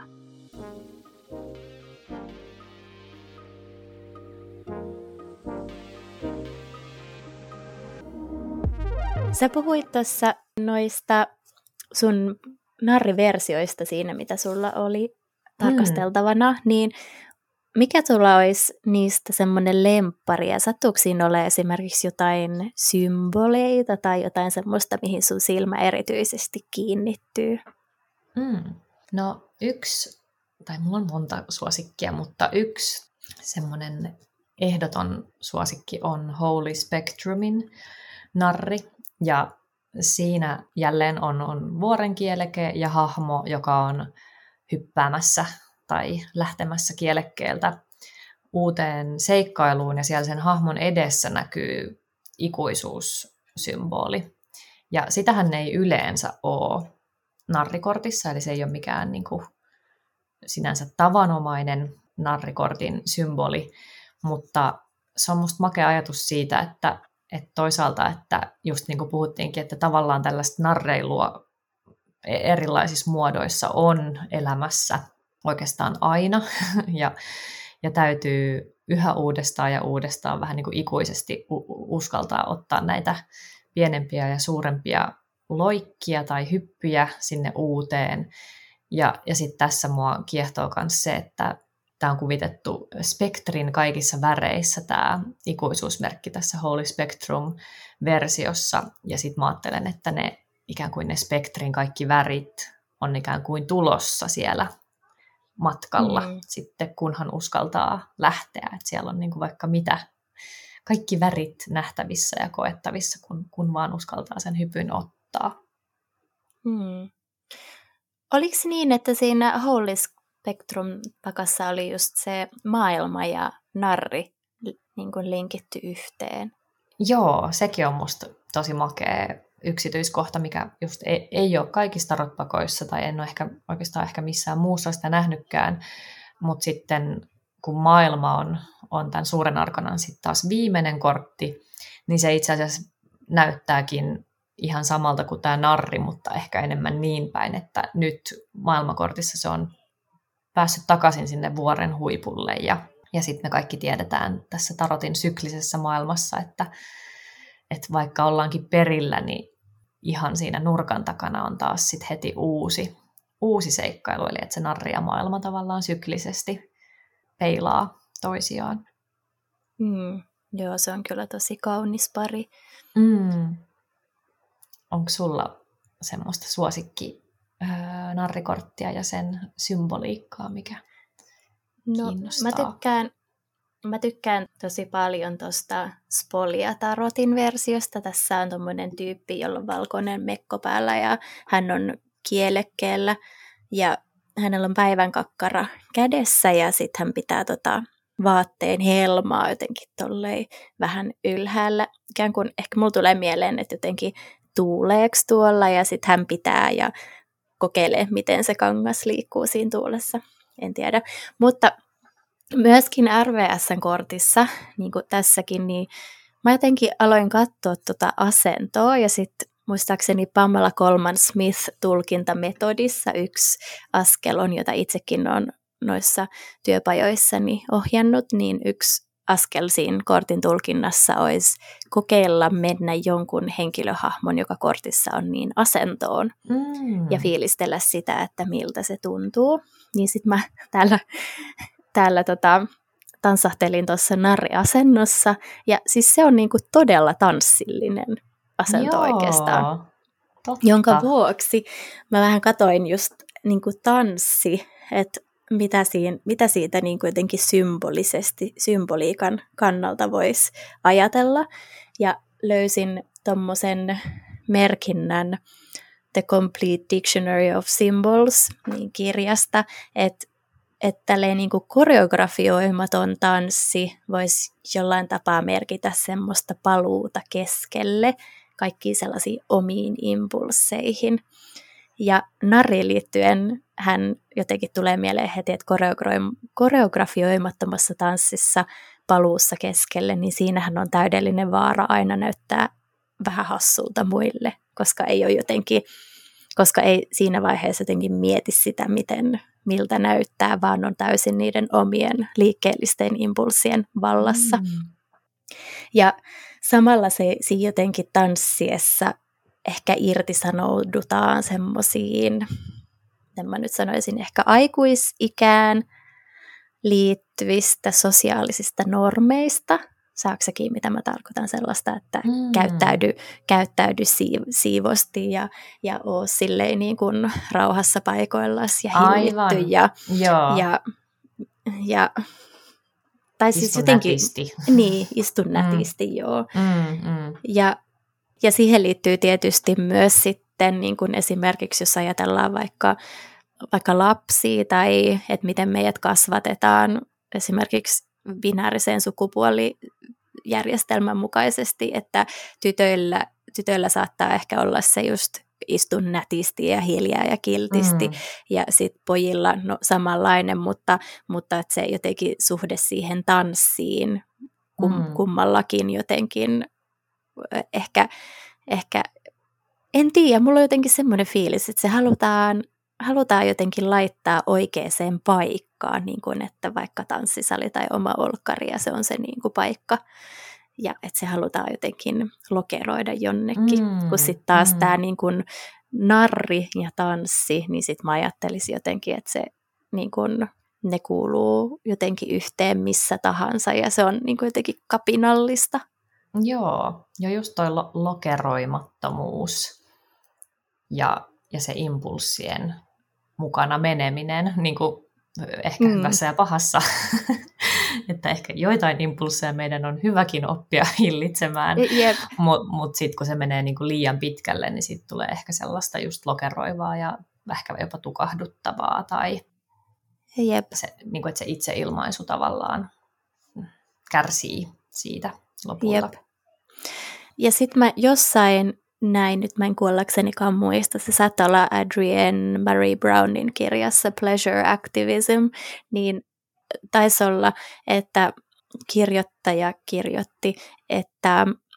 Sä puhuit tuossa noista sun narriversioista siinä, mitä sulla oli tarkasteltavana, niin mikä sulla olisi niistä semmoinen lemppari, ja sattuuko siinä ole esimerkiksi jotain symboleita tai jotain semmoista, mihin sun silmä erityisesti kiinnittyy? No mulla on monta suosikkia, mutta yksi semmoinen ehdoton suosikki on Holy Spectrumin narri, ja siinä jälleen on vuorenkieleke ja hahmo, joka on hyppäämässä tai lähtemässä kielekkeeltä uuteen seikkailuun, ja siellä sen hahmon edessä näkyy ikuisuussymboli. Ja sitähän ei yleensä ole narrikortissa, eli se ei ole mikään niin kuin sinänsä tavanomainen narrikortin symboli, mutta se on musta makea ajatus siitä, että toisaalta, että just niin kuin puhuttiinkin, että tavallaan tällaista narreilua erilaisissa muodoissa on elämässä oikeastaan aina, ja täytyy yhä uudestaan ja uudestaan vähän niin kuin ikuisesti uskaltaa ottaa näitä pienempiä ja suurempia loikkia tai hyppyjä sinne uuteen. Ja sitten tässä mua kiehtoo myös se, että tämä on kuvitettu spektrin kaikissa väreissä, tämä ikuisuusmerkki tässä Holy Spectrum-versiossa. Ja sitten mä ajattelen, että ne ikään kuin ne spektrin kaikki värit on ikään kuin tulossa siellä matkalla sitten, kunhan uskaltaa lähteä. Että siellä on niin kuin vaikka mitä, kaikki värit nähtävissä ja koettavissa, kun vaan uskaltaa sen hypyn ottaa. Oliko niin, että siinä Holy Spectrum-pakassa oli just se maailma ja narri niin kuin linkitty yhteen? Joo, sekin on musta tosi makea yksityiskohta, mikä just ei ole kaikissa tarotpakoissa, tai en ole oikeastaan missään muussa sitä nähnytkään, mutta sitten kun maailma on tämän suuren arkanan sitten taas viimeinen kortti, niin se itse asiassa näyttääkin ihan samalta kuin tämä narri, mutta ehkä enemmän niin päin, että nyt maailmankortissa se on päässyt takaisin sinne vuoren huipulle ja sitten me kaikki tiedetään tässä tarotin syklisessä maailmassa, että vaikka ollaankin perillä, niin ihan siinä nurkan takana on taas sit heti uusi seikkailu, eli että se narri ja maailma tavallaan syklisesti peilaa toisiaan. Joo, se on kyllä tosi kaunis pari. Onko sulla semmoista suosikki narrikorttia ja sen symboliikkaa, mikä kiinnostaa? Mä tykkään tosi paljon tuosta Spolia-tarotin versiosta. Tässä on tommoinen tyyppi, jolla on valkoinen mekko päällä ja hän on kielekkeellä ja hänellä on päivänkakkara kädessä ja sitten hän pitää vaatteen helmaa jotenkin tollei vähän ylhäällä. Ikään kuin ehkä mulla tulee mieleen, että jotenkin tuuleeksi tuolla ja sitten hän pitää ja kokeilee, miten se kangas liikkuu siinä tuulessa. En tiedä, mutta myöskin RVS:n kortissa, niin kuin tässäkin, niin mä jotenkin aloin katsoa asentoa ja sitten muistaakseni Pamela Colman Smith-tulkintametodissa yksi askel on, jota itsekin olen noissa työpajoissani ohjannut, niin yksi askel siinä kortin tulkinnassa olisi kokeilla mennä jonkun henkilöhahmon, joka kortissa on, niin asentoon ja fiilistellä sitä, että miltä se tuntuu. Niin sitten mä täällä tanssahtelin tuossa narriasennossa ja siis se on niinku todella tanssillinen asento oikeastaan, jonka vuoksi mä vähän katoin just niinku tanssi, että mitä siitä niin kuin jotenkin symboliikan kannalta voisi ajatella. Ja löysin tommosen merkinnän The Complete Dictionary of Symbols niin kirjasta, että tälleen niin kuin koreografioimaton tanssi voisi jollain tapaa merkitä semmoista paluuta keskelle, kaikkiin sellaisiin omiin impulseihin. Ja narriin liittyen hän jotenkin tulee mieleen heti, että koreografioimattomassa tanssissa paluussa keskelle, niin siinähän on täydellinen vaara aina näyttää vähän hassulta muille, koska ei siinä vaiheessa jotenkin mieti sitä, miltä näyttää, vaan on täysin niiden omien liikkeellisten impulssien vallassa. Ja samalla se jotenkin tanssiessa ehkä irtisanoudutaan semmoisiin, mä nyt sanoisin, ehkä aikuisikään liittyvistä sosiaalisista normeista. Saatko säkin, mitä mä tarkoitan sellaista, että käyttäydy siivosti ja oo silleen niin kuin rauhassa paikoillas ja hillitty ja tai istu siis jotenkin nätisti. Niin, istu nätisti, joo. Ja siihen liittyy tietysti myös sitten niin kuin esimerkiksi, jos ajatellaan vaikka lapsia tai että miten meidät kasvatetaan esimerkiksi binäärisen sukupuolijärjestelmän mukaisesti, että tytöillä saattaa ehkä olla se just istu nätisti ja hiljaa ja kiltisti ja sitten pojilla samanlainen, mutta että se jotenkin suhde siihen tanssiin kummallakin jotenkin ehkä en tiedä, mulla on jotenkin semmoinen fiilis, että se halutaan jotenkin laittaa oikeaan paikkaan, niin kuin että vaikka tanssisali tai oma olkkari, ja se on se niin kuin paikka, ja että se halutaan jotenkin lokeroida jonnekin, kun sitten taas tämä niin kuin narri ja tanssi, niin sitten mä ajattelisin jotenkin, että se niin kuin ne kuuluu jotenkin yhteen missä tahansa, ja se on niin kuin jotenkin kapinallista. Joo, ja just toi lokeroimattomuus ja se impulssien mukana meneminen, niin kuin ehkä hyvässä ja pahassa, että ehkä joitain impulsseja meidän on hyväkin oppia hillitsemään, mutta sitten kun se menee niin kuin liian pitkälle, niin siitä tulee ehkä sellaista just lokeroivaa ja ehkä jopa tukahduttavaa, tai se, niin kuin, että se itseilmaisu tavallaan kärsii siitä lopulta. Ja sitten mä jossain näin, nyt mä en kuollaksenikaan muista, se saattaa olla Adrienne Maree Brownin kirjassa Pleasure Activism, niin taisi olla, että kirjoittaja kirjoitti, että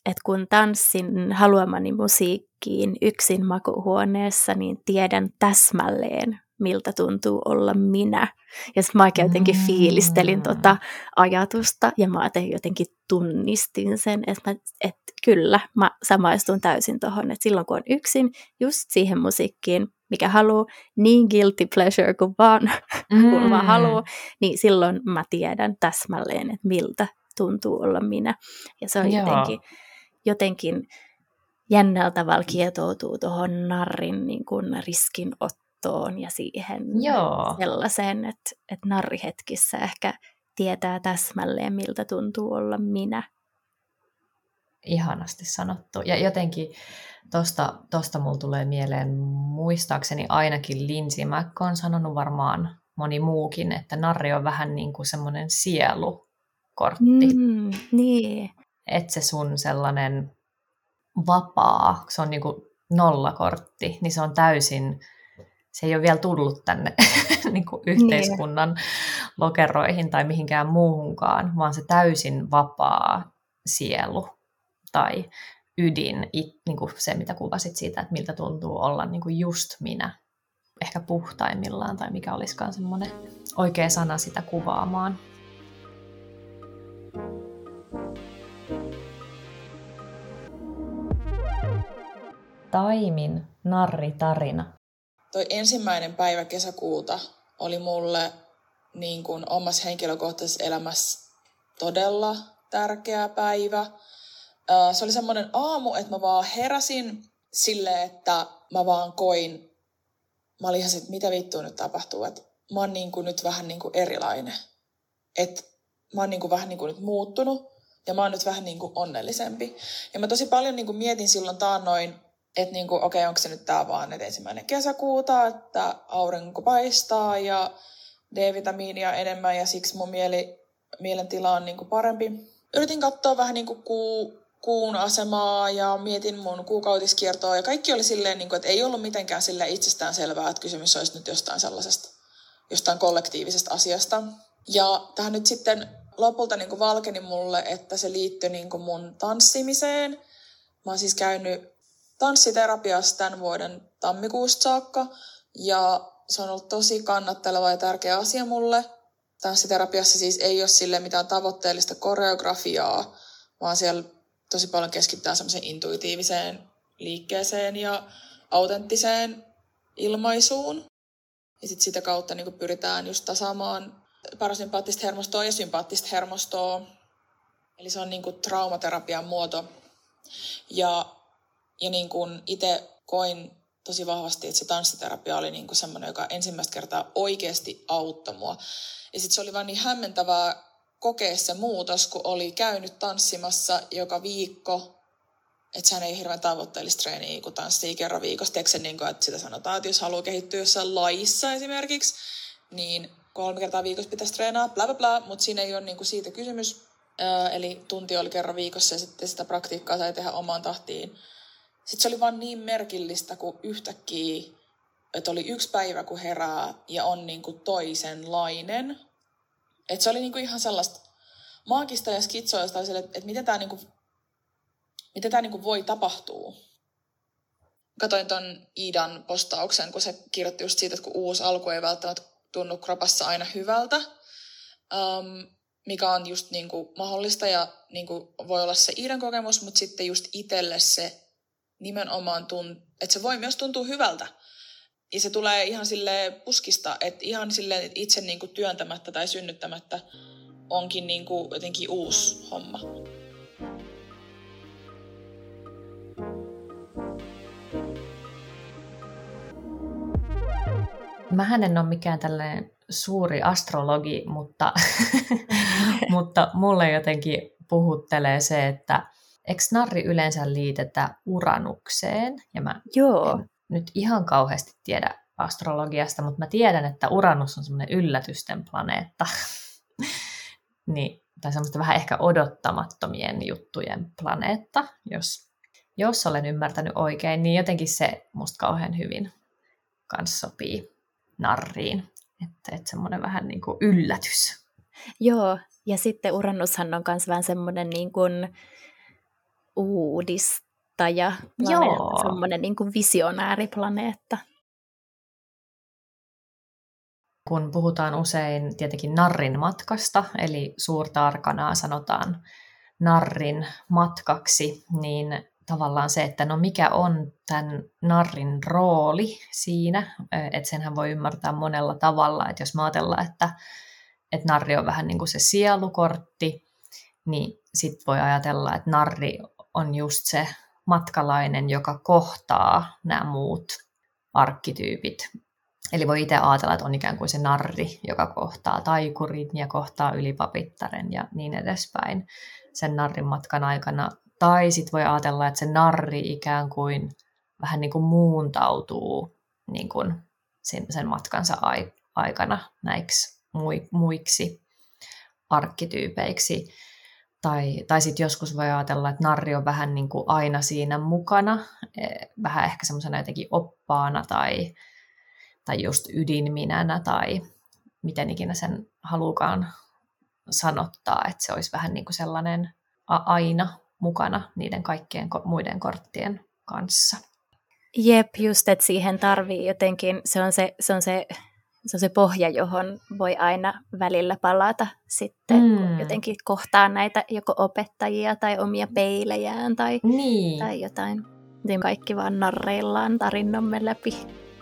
että kun tanssin haluamani musiikkiin yksin makuuhuoneessa, niin tiedän täsmälleen, miltä tuntuu olla minä. Ja sitten mä jotenkin fiilistelin ajatusta ja mä jotenkin tunnistin sen, että kyllä mä samaistun täysin tuohon, että silloin kun on yksin just siihen musiikkiin, mikä haluaa, niin guilty pleasure kuin vaan, kun mä haluan, niin silloin mä tiedän täsmälleen, että miltä tuntuu olla minä. Ja se on jotenkin jännällä tavalla kietoutuu tuohon narrin niin kuin riskinottoon ja siihen sellaiseen, että narrihetkissä ehkä tietää täsmälleen, miltä tuntuu olla minä. Ihanasti sanottu. Ja jotenkin tosta mulla tulee mieleen, muistaakseni ainakin Lindsay Mack on sanonut, varmaan moni muukin, että narri on vähän niin kuin semmoinen sielukortti. Niin. Että se sun sellainen vapaa, se on niin kuin nollakortti, niin se on täysin, se ei ole vielä tullut tänne niin kuin yhteiskunnan lokeroihin tai mihinkään muuhunkaan, vaan se täysin vapaa sielu tai ydin, niin kuin se mitä kuvasit siitä, että miltä tuntuu olla niin kuin just minä, ehkä puhtaimmillaan tai mikä olisikaan semmoinen oikea sana sitä kuvaamaan. Taimin narritarina. Toi ensimmäinen päivä kesäkuuta oli mulle niin kuin omassa henkilökohtaisessa elämässä todella tärkeä päivä. Se oli semmoinen aamu, että mä vaan heräsin silleen, että mä vaan koin, mä olin ihan se, että mitä vittua nyt tapahtuu, että mä oon niin kuin nyt vähän niin kuin erilainen. Että mä oon niin kuin vähän niin kuin nyt muuttunut ja mä oon nyt vähän niin kuin onnellisempi. Ja mä tosi paljon niin kuin mietin silloin taannoin, että niin kuin, okei, onko se nyt tää vaan että 1. kesäkuuta, että aurinko paistaa ja D-vitamiinia enemmän ja siksi mun mielentila on niin kuin parempi. Yritin katsoa vähän niin kuin kuun asemaa ja mietin mun kuukautiskiertoa ja kaikki oli silleen, niin kuin, että ei ollut mitenkään silleen itsestään selvää, että kysymys olisi nyt jostain kollektiivisesta asiasta. Ja tähän nyt sitten lopulta niin kuin valkeni mulle, että se liittyi niin kuin mun tanssimiseen. Mä oon siis käynyt tanssiterapiassa tämän vuoden tammikuusta saakka ja se on ollut tosi kannatteleva ja tärkeä asia mulle. Tanssiterapiassa siis ei ole sille mitään tavoitteellista koreografiaa, vaan siellä tosi paljon keskittää semmoiseen intuitiiviseen liikkeeseen ja autenttiseen ilmaisuun. Ja sitten sitä kautta niin pyritään just tasaamaan parasympaattista hermostoa ja sympaattista hermostoa. Eli se on niin kuin traumaterapian muoto. Ja niin kuin itse koin tosi vahvasti, että se tanssiterapia oli niin kuin semmoinen, joka ensimmäistä kertaa oikeasti auttoi mua. Ja sitten se oli vaan niin hämmentävää kokea se muutos, kun oli käynyt tanssimassa joka viikko. Että sehän ei hirveän tavoitteellista treeniä, kun tanssii kerran viikossa. Tiedätkö niin kuin, että sitä sanotaan, että jos haluaa kehittyä jossain lajissa esimerkiksi, niin 3 kertaa viikossa pitäisi treenaa, bla bla bla, mutta siinä ei ole niin kuin siitä kysymys. Eli tunti oli kerran viikossa ja sitten sitä praktiikkaa sai tehdä omaan tahtiin. Sitten se oli vaan niin merkillistä, kun yhtäkkiä, että oli yksi päivä, kun herää ja on niin kuin toisenlainen. Että se oli niin kuin ihan sellaista maagista ja skitsoista, että miten tämä niin kuin voi tapahtua. Katoin ton Iidan postauksen, kun se kirjoitti just siitä, että kun uusi alku ei välttämättä tunnu kropassa aina hyvältä, mikä on just niin kuin mahdollista ja niin kuin voi olla se Iidan kokemus, mutta sitten just itselle se nimenomaan että se voi myös tuntua hyvältä. Ja se tulee ihan silleen puskista, että ihan silleen, että itse niinku työntämättä tai synnyttämättä onkin niinku jotenkin uusi homma. Mähän en ole mikään tällainen suuri astrologi, mutta mulle jotenkin puhuttelee se, että eikö narri yleensä liitetä Uranukseen? Ja mä en nyt ihan kauheasti tiedä astrologiasta, mutta mä tiedän, että Uranus on semmoinen yllätysten planeetta. Tai semmoista vähän ehkä odottamattomien juttujen planeetta, jos olen ymmärtänyt oikein, niin jotenkin se musta kauhean hyvin kans sopii narriin. Että semmoinen vähän niin kuin yllätys. Joo, ja sitten Uranushan on myös vähän semmoinen niin kuin uudistaja planeetta, semmoinen niin kuin visionääriplaneetta. Kun puhutaan usein tietenkin narrin matkasta, eli suurta arkanaa sanotaan narrin matkaksi, niin tavallaan se, että no mikä on tämän narrin rooli siinä, että senhän voi ymmärtää monella tavalla, että jos me ajatellaan, että narri on vähän niin kuin se sielukortti, niin sitten voi ajatella, että narri on just se matkalainen, joka kohtaa nämä muut arkkityypit. Eli voi itse ajatella, että on ikään kuin se narri, joka kohtaa taikurin ja kohtaa ylipapittaren ja niin edespäin sen narrin matkan aikana. Tai sitten voi ajatella, että se narri ikään kuin vähän niin kuin muuntautuu niin kuin sen matkansa aikana näiksi muiksi arkkityypeiksi. Tai sitten joskus voi ajatella, että narri on vähän niin kuin aina siinä mukana, vähän ehkä semmoisena jotenkin oppaana tai just ydinminänä tai miten ikinä sen halukaan sanottaa, että se olisi vähän niin kuin sellainen aina mukana niiden kaikkien muiden korttien kanssa. Jep, just, että siihen tarvii jotenkin, se on se pohja, johon voi aina välillä palata sitten, kun jotenkin kohtaa näitä joko opettajia tai omia peilejään tai jotain. Niin kaikki vaan narreillaan tarinamme läpi.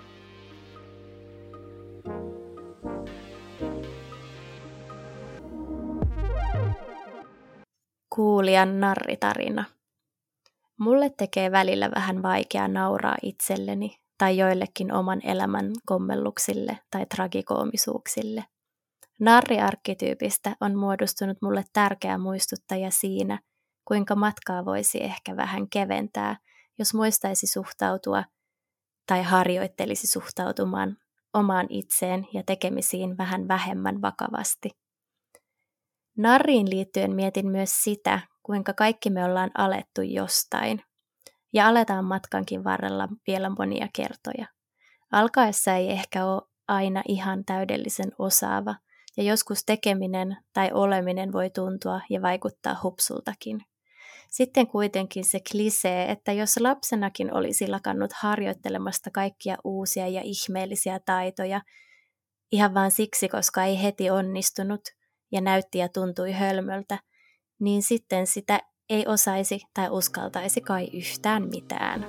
Kuulijan narritarina. Mulle tekee välillä vähän vaikeaa nauraa itselleni tai joillekin oman elämän kommelluksille tai tragikoomisuuksille. Narriarkkityypistä on muodostunut mulle tärkeä muistuttaja siinä, kuinka matkaa voisi ehkä vähän keventää, jos muistaisi suhtautua tai harjoittelisi suhtautumaan omaan itseen ja tekemisiin vähän vähemmän vakavasti. Narriin liittyen mietin myös sitä, kuinka kaikki me ollaan alettu jostain. Ja aletaan matkankin varrella vielä monia kertoja. Alkaessa ei ehkä ole aina ihan täydellisen osaava, ja joskus tekeminen tai oleminen voi tuntua ja vaikuttaa hupsultakin. Sitten kuitenkin se klisee, että jos lapsenakin olisi lakannut harjoittelemasta kaikkia uusia ja ihmeellisiä taitoja, ihan vain siksi, koska ei heti onnistunut ja näytti ja tuntui hölmöltä, niin sitten sitä ei osaisi tai uskaltaisi kai yhtään mitään.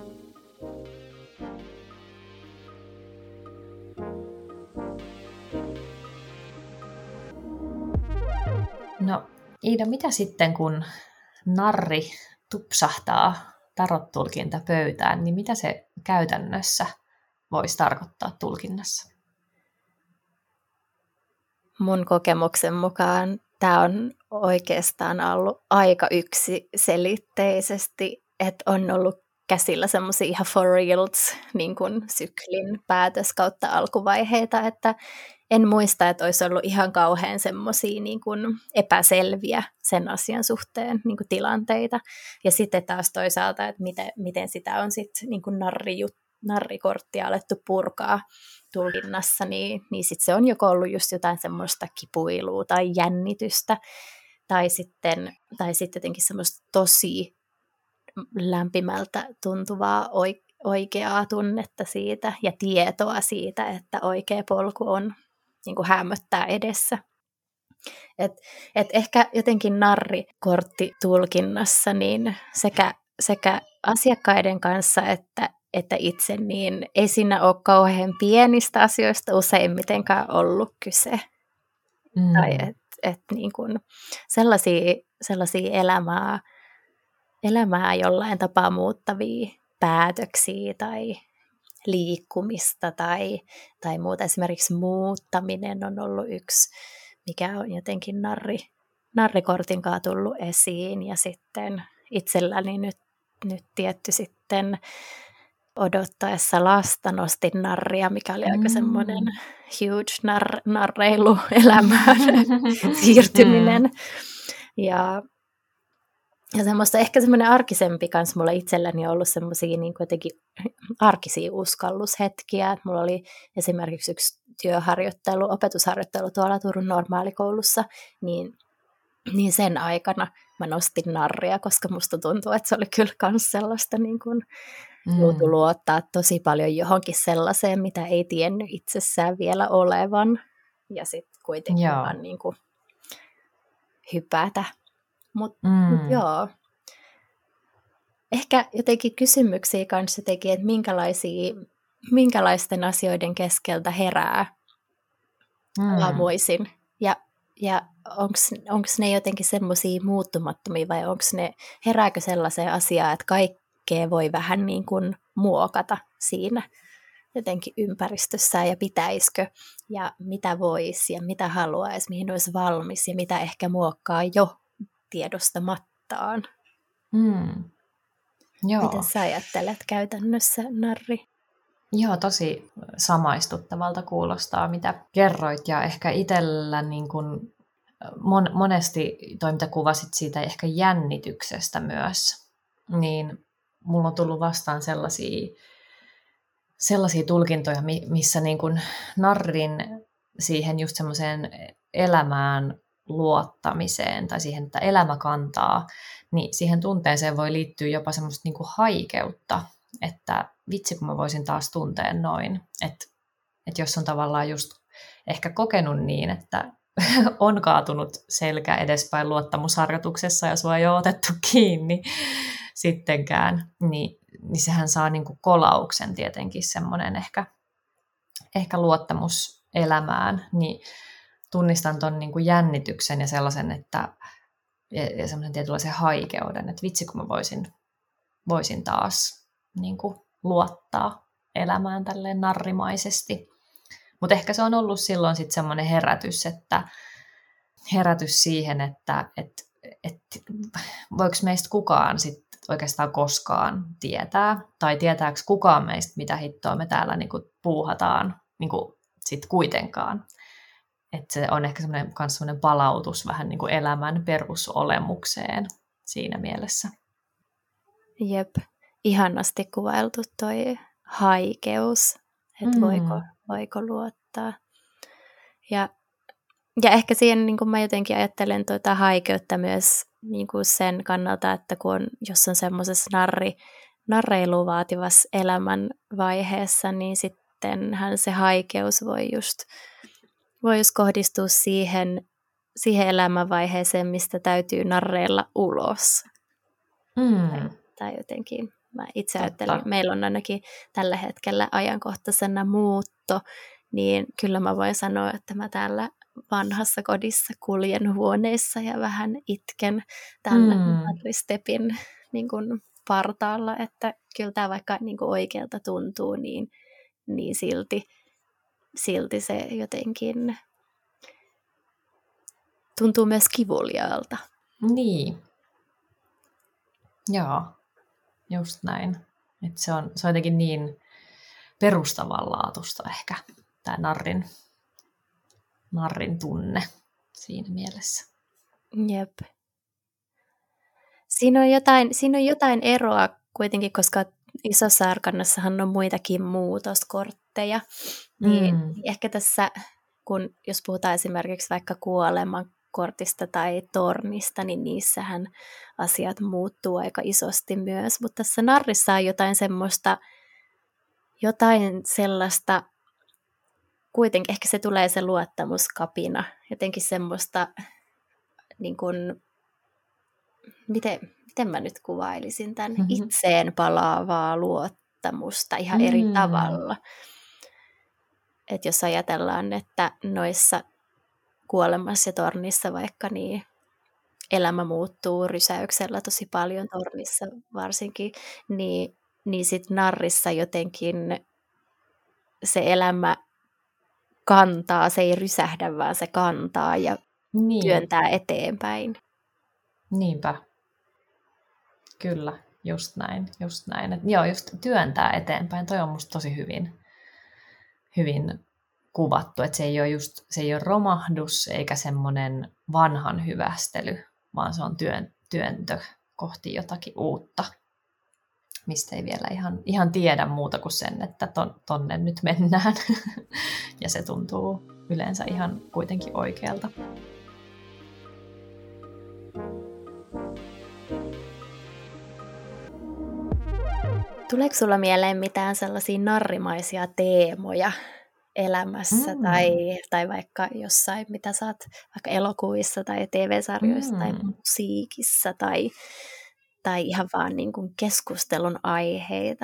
No Iida, mitä sitten kun narri tupsahtaa tarot-tulkinta pöytään, niin mitä se käytännössä voisi tarkoittaa tulkinnassa? Mun kokemuksen mukaan tämä on oikeastaan ollut aika yksiselitteisesti, että on ollut käsillä semmoisia ihan for reals niin kuin syklin päätös kautta alkuvaiheita, että en muista, että olisi ollut ihan kauhean semmoisia niin kuin epäselviä sen asian suhteen niin kuin tilanteita. Ja sitten taas toisaalta, että miten sitä on sitten niin kuin narrikorttia alettu purkaa tulkinnassa, niin sitten se on joko ollut just jotain semmoista kipuilua tai jännitystä, tai sitten jotenkin semmoista tosi lämpimältä tuntuvaa oikeaa tunnetta siitä ja tietoa siitä, että oikea polku on niin kuin hämöttää edessä. Et ehkä jotenkin narrikorttitulkinnassa niin sekä asiakkaiden kanssa että itse, niin ei siinä ole kauhean pienistä asioista useimmitenkään ollut kyse. Tai niin kuin sellaisia elämää jollain tapaa muuttavia päätöksiä tai liikkumista tai muuta. Esimerkiksi muuttaminen on ollut yksi, mikä on jotenkin narrikortin kanssa tullut esiin. Ja sitten itselläni nyt tietty sitten odottaessa lasta nostin narria, mikä oli aika semmoinen huge narreilu elämään siirtyminen. Ja semmoista ehkä semmoinen arkisempi kanssa mulla itselläni on ollut semmoisia niin jotenkin arkisia uskallushetkiä. Että mulla oli esimerkiksi yksi opetusharjoittelu tuolla Turun normaalikoulussa, niin niin sen aikana mä nostin narria, koska musta tuntuu, että se oli kyllä myös sellaista niin kuin joutui luottaa tosi paljon johonkin sellaiseen, mitä ei tiennyt itsessään vielä olevan. Ja sitten kuitenkin vaan niin kuin hypätä. Mut joo. Ehkä jotenkin kysymyksiä kanssa teki, että minkälaisten asioiden keskeltä herää aamuisin. Ja onko ne jotenkin semmoisia muuttumattomia vai herääkö sellaiseen asiaan, että kaikkea voi vähän niin kuin muokata siinä jotenkin ympäristössä ja pitäisikö ja mitä voisi ja mitä haluaisi, mihin olisi valmis ja mitä ehkä muokkaa jo tiedostamattaan. Joo. Miten sä ajattelet käytännössä, Narri? Joo, tosi samaistuttavalta kuulostaa, mitä kerroit. Ja ehkä itsellä niin kun monesti toi, mitä kuvasit siitä ehkä jännityksestä myös, niin mulla on tullut vastaan sellaisia tulkintoja, missä niin kun narrin siihen just semmoiseen elämään luottamiseen tai siihen, että elämä kantaa, niin siihen tunteeseen voi liittyä jopa semmoista niin kuin haikeutta, että vitsi kun mä voisin taas tuntea noin, että jos on tavallaan just ehkä kokenut niin, että on kaatunut selkä edespäin luottamusharjoituksessa ja sua ei ole otettu kiinni sittenkään, niin sehän saa niin kuin kolauksen tietenkin semmoinen ehkä luottamus elämään, niin tunnistan ton niin kuin jännityksen ja sellaisen, että ja semmoisen tietynlaisen haikeuden, että vitsi kun mä voisin taas niin kuin luottaa elämään tälleen narrimaisesti. Mutta ehkä se on ollut silloin sitten semmoinen herätys siihen, että voiko meistä kukaan sit oikeastaan koskaan tietää, tai tietääkö kukaan meistä, mitä hittoa me täällä niin kuin puuhataan niin kuin sit kuitenkaan. Että se on ehkä semmoinen palautus vähän niin kuin elämän perusolemukseen siinä mielessä. Jep, ihanasti kuvailtu toi haikeus, että voiko luottaa. Ja ehkä siihen niin kuin mä jotenkin ajattelen tuota haikeutta myös niin kuin sen kannalta, että jos on semmoisessa narreilua vaativassa elämänvaiheessa, niin sittenhän se haikeus voi just kohdistua siihen elämänvaiheeseen, mistä täytyy narreilla ulos. Tai jotenkin, mä itse ajattelen, meillä on ainakin tällä hetkellä ajankohtaisena muutto, niin kyllä mä voin sanoa, että mä täällä vanhassa kodissa kuljen huoneissa ja vähän itken tällä narristepin niin kuin partaalla, että kyllä tämä vaikka niin kuin oikealta tuntuu, niin silti se jotenkin tuntuu myös kivuliaalta. Niin. Joo, just näin. Et se on jotenkin niin perustavanlaatuista ehkä tämä narrin tunne siinä mielessä. Jep. Siinä on jotain eroa kuitenkin, koska isossa arkannassahan on muitakin muutoskortteja. Niin ehkä tässä, jos puhutaan esimerkiksi vaikka kuolemankortista tai tornista, niin niissähän asiat muuttuu aika isosti myös. Mutta tässä narrissa on jotain sellaista, kuitenkin ehkä se tulee se luottamuskapina, jotenkin semmoista, niin kuin, miten mä nyt kuvailisin tämän, itseen palaavaa luottamusta ihan eri tavalla. Että jos ajatellaan, että noissa kuolemassa ja tornissa vaikka, niin elämä muuttuu rysäyksellä tosi paljon, tornissa varsinkin, niin sitten narrissa jotenkin se elämä kantaa, se ei rysähdä, vaan se kantaa ja työntää eteenpäin. Niinpä. Kyllä, just näin. Et joo, just työntää eteenpäin. Toi on musta tosi hyvin kuvattu, että se ei ole romahdus eikä semmoinen vanhan hyvästely, vaan se on työntö kohti jotakin uutta, mistä ei vielä ihan tiedä muuta kuin sen, että tonne nyt mennään. Ja se tuntuu yleensä ihan kuitenkin oikealta. Tuleeko sulla mieleen mitään sellaisia narrimaisia teemoja elämässä tai vaikka jossain, mitä sä oot vaikka elokuvissa tai TV-sarjoissa tai musiikissa tai ihan vaan niin kuin keskustelun aiheita?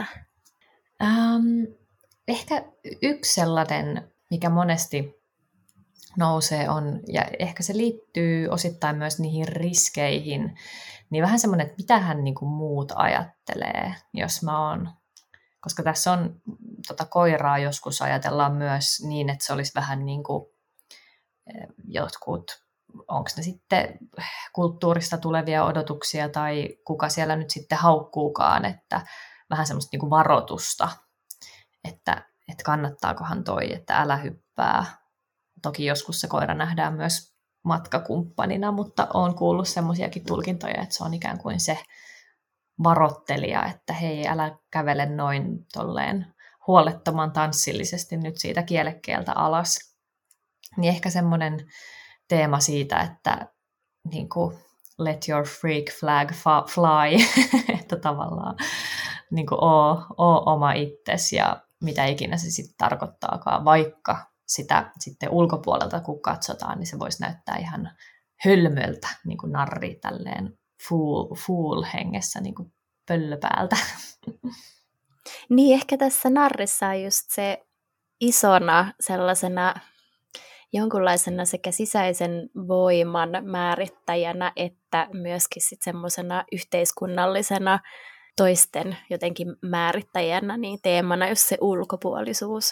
Ehkä yksi sellainen, mikä monesti nousee on, ja ehkä se liittyy osittain myös niihin riskeihin, niin vähän semmoinen, että mitähän niin kuin muut ajattelee, jos mä oon. Koska tässä on koiraa joskus ajatellaan myös niin, että se olisi vähän niin kuin jotkut, onko ne sitten kulttuurista tulevia odotuksia tai kuka siellä nyt sitten haukkuukaan, että vähän semmoista niin kuin varoitusta, että kannattaakohan toi, että älä hyppää. Toki joskus se koira nähdään myös matkakumppanina, mutta olen kuullut semmoisiakin tulkintoja, että se on ikään kuin se varoittelija, että hei, älä kävele noin tolleen huolettoman tanssillisesti nyt siitä kielekkeeltä alas. Niin ehkä semmoinen teema siitä, että niin kuin, let your freak flag fly, että tavallaan niin kuin, oo oma itsesi ja mitä ikinä se sitten tarkoittaakaan, vaikka sitä sitten ulkopuolelta kun katsotaan, niin se voisi näyttää ihan hölmöltä, niin kuin narri tälleen fool-hengessä niin kuin pöllöpäältä. Niin, ehkä tässä narrissa on just se isona sellaisena jonkunlaisena sekä sisäisen voiman määrittäjänä että myöskin sitten semmoisena yhteiskunnallisena toisten jotenkin määrittäjänä, niin teemana just se ulkopuolisuus.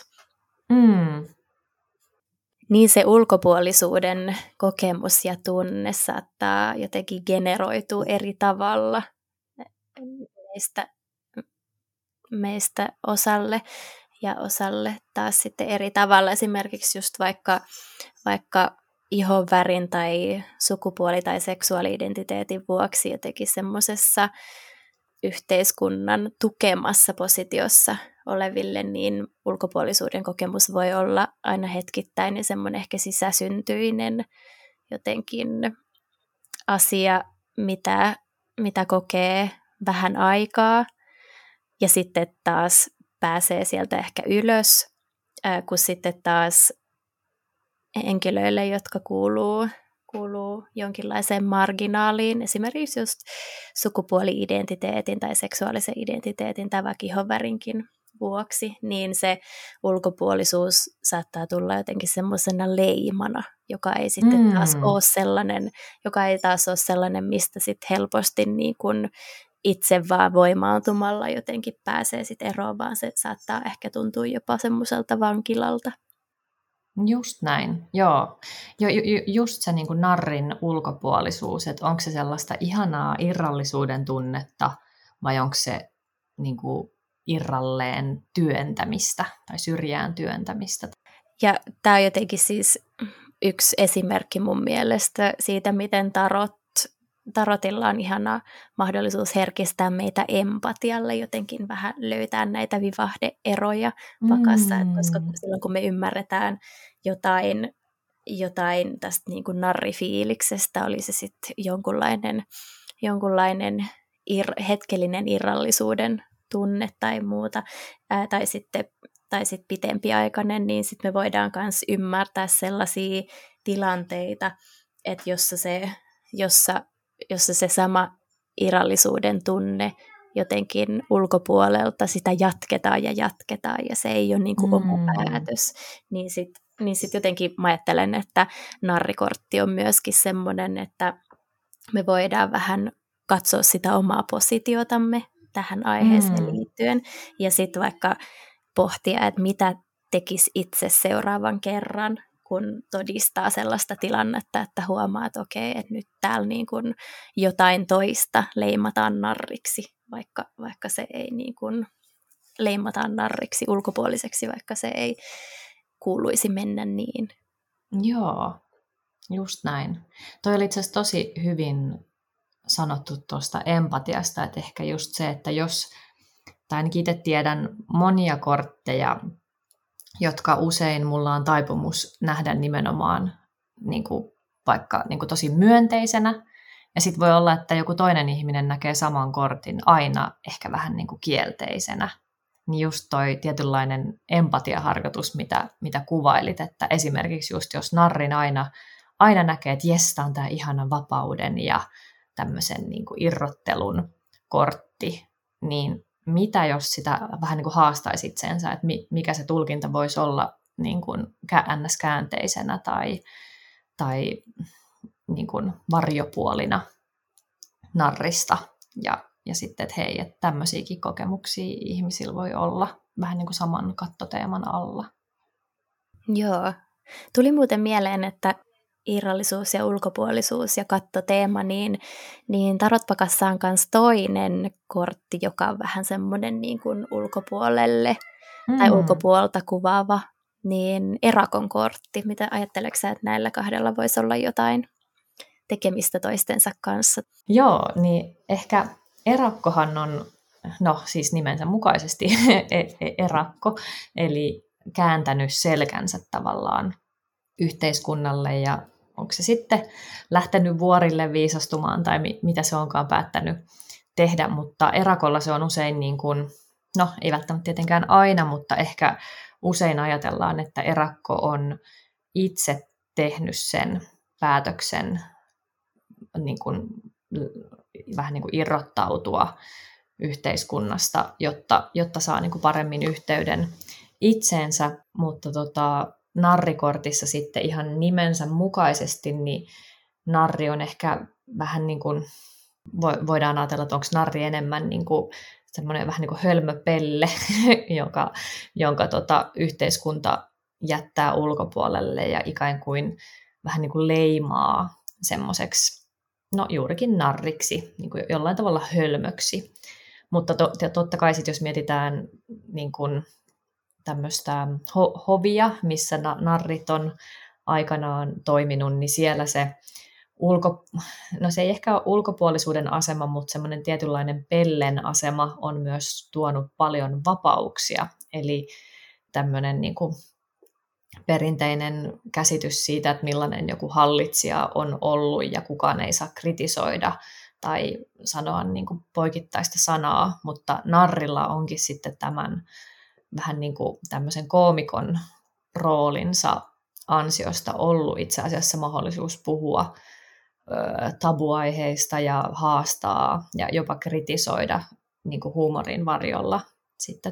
Niin se ulkopuolisuuden kokemus ja tunne saattaa jotenkin generoitua eri tavalla meistä osalle ja osalle taas sitten eri tavalla. Esimerkiksi just vaikka ihonvärin tai sukupuoli- tai seksuaali-identiteetin vuoksi jotenkin semmoisessa yhteiskunnan tukemassa positiossa oleville, niin ulkopuolisuuden kokemus voi olla aina hetkittäin semmoinen ehkä sisäsyntyinen jotenkin asia, mitä kokee vähän aikaa, ja sitten taas pääsee sieltä ehkä ylös, kun sitten taas henkilöille, jotka kuuluu jonkinlaiseen marginaaliin, esimerkiksi just sukupuoli-identiteetin tai seksuaalisen identiteetin tai vaikka ihonvärinkin vuoksi, niin se ulkopuolisuus saattaa tulla jotenkin semmoisena leimana, joka ei sitten taas ole sellainen, mistä sitten helposti niin kuin itse vaan voimaantumalla jotenkin pääsee sitten eroon, vaan se saattaa ehkä tuntua jopa semmoiselta vankilalta. Just näin, joo. Just se niin kuin narrin ulkopuolisuus, että onko se sellaista ihanaa irrallisuuden tunnetta vai onko se niin kuin irralleen työntämistä tai syrjään työntämistä. Ja tämä on jotenkin siis yksi esimerkki mun mielestä siitä, miten tarotilla on ihana mahdollisuus herkistää meitä empatialle, jotenkin vähän löytää näitä vivahde-eroja vakassa, koska silloin kun me ymmärretään jotain tästä niin kuin narrifiiliksestä, oli se sitten jonkunlainen hetkellinen irrallisuuden tunne tai muuta, tai sitten pitempiaikainen, niin sitten me voidaan myös ymmärtää sellaisia tilanteita, että jossa se sama irrallisuuden tunne jotenkin ulkopuolelta sitä jatketaan ja se ei ole niin kuin oma päätös, niin sit jotenkin mä ajattelen, että narrikortti on myöskin semmoinen, että me voidaan vähän katsoa sitä omaa positiotamme tähän aiheeseen liittyen ja sitten vaikka pohtia, että mitä tekisi itse seuraavan kerran, kun todistaa sellaista tilannetta, että huomaa, että okei, että nyt täällä niin kuin jotain toista leimataan narriksi, vaikka se ei niin kuin leimataan narriksi ulkopuoliseksi, vaikka se ei kuuluisi mennä niin. Joo, just näin. Toi oli itse asiassa tosi hyvin sanottu tuosta empatiasta, että ehkä just se, että tai ainakin itse tiedän monia kortteja, jotka usein mulla on taipumus nähdä nimenomaan niin kuin, vaikka niin kuin tosi myönteisenä, Ja sitten voi olla, että joku toinen ihminen näkee saman kortin aina ehkä vähän niin kuin kielteisenä. Niin just toi tietynlainen empatiaharjoitus, mitä kuvailit, että esimerkiksi just jos narrin aina näkee, että jes, tää on tämä ihana vapauden ja tämmöisen niin kuin irrottelun kortti, niin mitä jos sitä vähän niin kuin haastaisi itsensä, että mikä se tulkinta voisi olla niin kuin NS-käänteisenä tai niin kuin varjopuolina narrista. Ja sitten, että hei, että tämmöisiäkin kokemuksia ihmisillä voi olla vähän niin kuin saman kattoteeman alla. Joo. Tuli muuten mieleen, että irrallisuus ja ulkopuolisuus ja kattoteema, niin Tarotpakassa on myös toinen kortti, joka on vähän semmoinen niin kuin ulkopuolelle tai ulkopuolta kuvaava, niin erakon kortti. Mitä ajatteleksä, sä, että näillä kahdella voisi olla jotain tekemistä toistensa kanssa? Joo, niin ehkä erakkohan on, no siis nimensä mukaisesti erakko, eli kääntänyt selkänsä tavallaan yhteiskunnalle ja onko se sitten lähtenyt vuorille viisastumaan tai mitä se onkaan päättänyt tehdä, mutta erakolla se on usein niin kuin, no ei välttämättä tietenkään aina, mutta ehkä usein ajatellaan, että erakko on itse tehnyt sen päätöksen niin kuin, vähän niin kuin irrottautua yhteiskunnasta, jotta saa niin kuin paremmin yhteyden itseensä, mutta narrikortissa sitten ihan nimensä mukaisesti, niin narri on ehkä vähän niin kuin, voidaan ajatella, että onko narri enemmän niin kuin semmoinen vähän niin kuin hölmöpelle, jonka yhteiskunta jättää ulkopuolelle ja ikään kuin vähän niin kuin leimaa semmoiseksi, no juurikin narriksi, niin kuin jollain tavalla hölmöksi. Mutta totta kai sitten jos mietitään niin kuin tämmöistä hovia, missä narrit on aikanaan toiminut, niin siellä se no se ei ehkä ole ulkopuolisuuden asema, mutta semmoinen tietynlainen pellen asema on myös tuonut paljon vapauksia. Eli tämmöinen niin kuin perinteinen käsitys siitä, että millainen joku hallitsija on ollut ja kukaan ei saa kritisoida tai sanoa niin kuin poikittaista sanaa, mutta narrilla onkin sitten tämän vähän niin kuin tämmöisen koomikon roolinsa ansiosta ollut itse asiassa mahdollisuus puhua tabuaiheista ja haastaa ja jopa kritisoida niin kuin huumorin varjolla sitten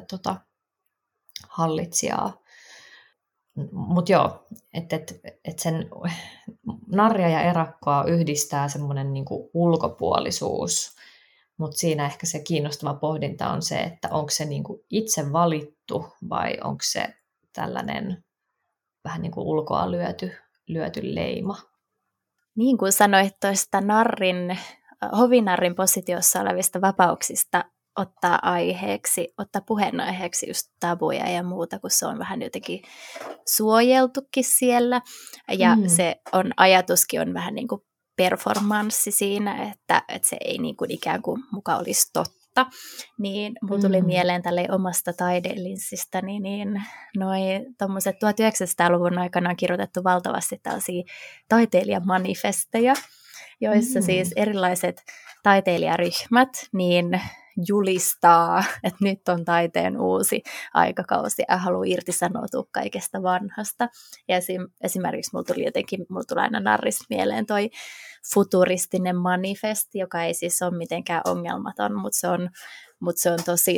hallitsijaa. Mutta joo, että sen narria ja erakkoa yhdistää semmoinen niin kuin ulkopuolisuus, mutta siinä ehkä se kiinnostava pohdinta on se, että onko se niin kuin itse valittu vai onko se tällainen vähän niin kuin ulkoa lyöty leima. Niin kuin sanoit tuosta hovinarrin positiossa olevista vapauksista ottaa puheenaiheeksi just tabuja ja muuta, kun se on vähän jotenkin suojeltukin siellä. Ja se ajatuskin on vähän niin kuin performanssi siinä, että se ei niin kuin ikään kuin muka olisi totta. Niin mulla tuli mieleen tälle omasta taidelinssistä, niin noi tommoset 1900-luvun aikana on kirjoitettu valtavasti tällaisia taiteilijamanifesteja, joissa siis erilaiset taiteilijaryhmät niin julistaa, että nyt on taiteen uusi aikakausi ja haluaa irtisanoutua kaikesta vanhasta. Ja esimerkiksi mulla tuli aina narrista mieleen toi futuristinen manifesti, joka ei siis ole mitenkään ongelmaton, mutta se on tosi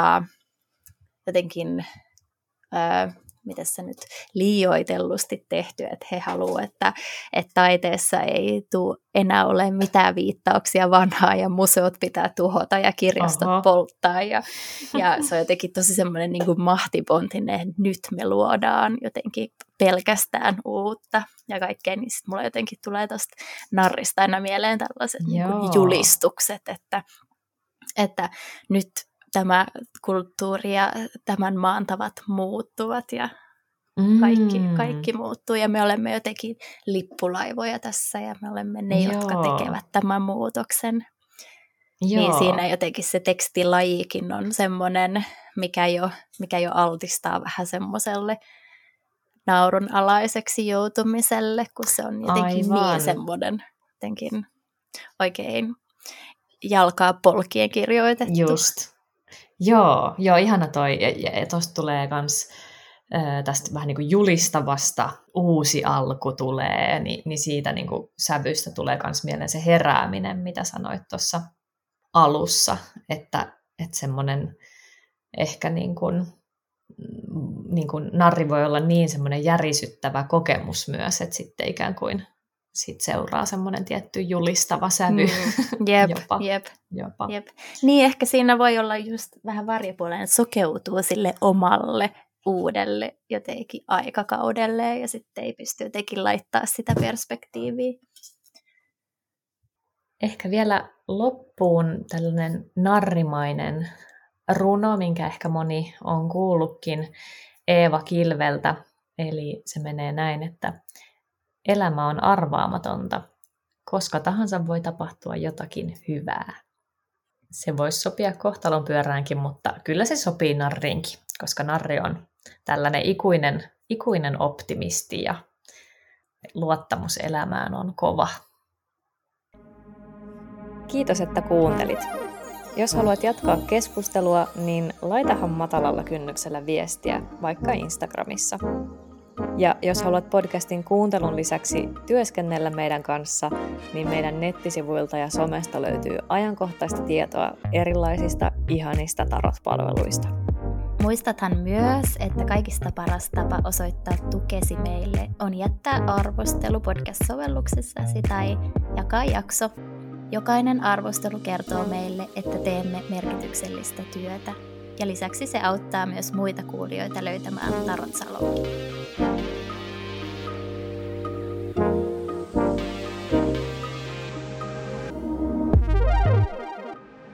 jotenkin miten se nyt liioitellusti tehty, että he haluavat, että taiteessa ei tule enää ole mitään viittauksia vanhaa ja museot pitää tuhota ja kirjastot polttaa ja se on jotenkin tosi semmoinen niin kuin mahtipontinen, että nyt me luodaan jotenkin pelkästään uutta ja kaikkea, niin sitten mulla jotenkin tulee tuosta narrista aina mieleen tällaiset niin kuin julistukset, että nyt tämä kulttuuri ja tämän maan tavat muuttuvat ja kaikki muuttuu ja me olemme jotenkin lippulaivoja tässä ja me olemme ne, jotka tekevät tämän muutoksen. Niin siinä jotenkin se tekstilajikin on semmoinen, mikä jo altistaa vähän semmoiselle naurunalaiseksi joutumiselle, kun se on jotenkin niin semmoinen jotenkin oikein jalkaa polkien kirjoitettu. Just. Joo, ihana toi. Ja tosta tulee kans tästä vähän niin kuin julistavasta uusi alku tulee, niin siitä niin kuin sävystä tulee kans mieleen se herääminen, mitä sanoit tuossa alussa, että semmoinen ehkä niin kuin narri voi olla niin semmoinen järisyttävä kokemus myös, että sitten ikään kuin sit seuraa semmoinen tietty julistava sävy. Jep. Niin ehkä siinä voi olla just vähän varjopuoleen, sokeutuu sille omalle uudelle jotenkin aikakaudelle ja sitten ei pysty jotenkin laittaa sitä perspektiiviä. Ehkä vielä loppuun tällainen narrimainen runo, minkä ehkä moni on kuullutkin Eeva Kilveltä. Eli se menee näin, että elämä on arvaamatonta. Koska tahansa voi tapahtua jotakin hyvää. Se voisi sopia kohtalonpyöräänkin, mutta kyllä se sopii narriinkin, koska narri on tällainen ikuinen optimisti ja luottamus elämään on kova. Kiitos, että kuuntelit. Jos haluat jatkaa keskustelua, niin laitahan matalalla kynnyksellä viestiä, vaikka Instagramissa. Ja jos haluat podcastin kuuntelun lisäksi työskennellä meidän kanssa, niin meidän nettisivuilta ja somesta löytyy ajankohtaista tietoa erilaisista ihanista tarot-palveluista. Muistathan myös, että kaikista paras tapa osoittaa tukesi meille on jättää arvostelu podcast-sovelluksessasi tai jakaa jakso. Jokainen arvostelu kertoo meille, että teemme merkityksellistä työtä. Ja lisäksi se auttaa myös muita kuulijoita löytämään Tarot Salonkin.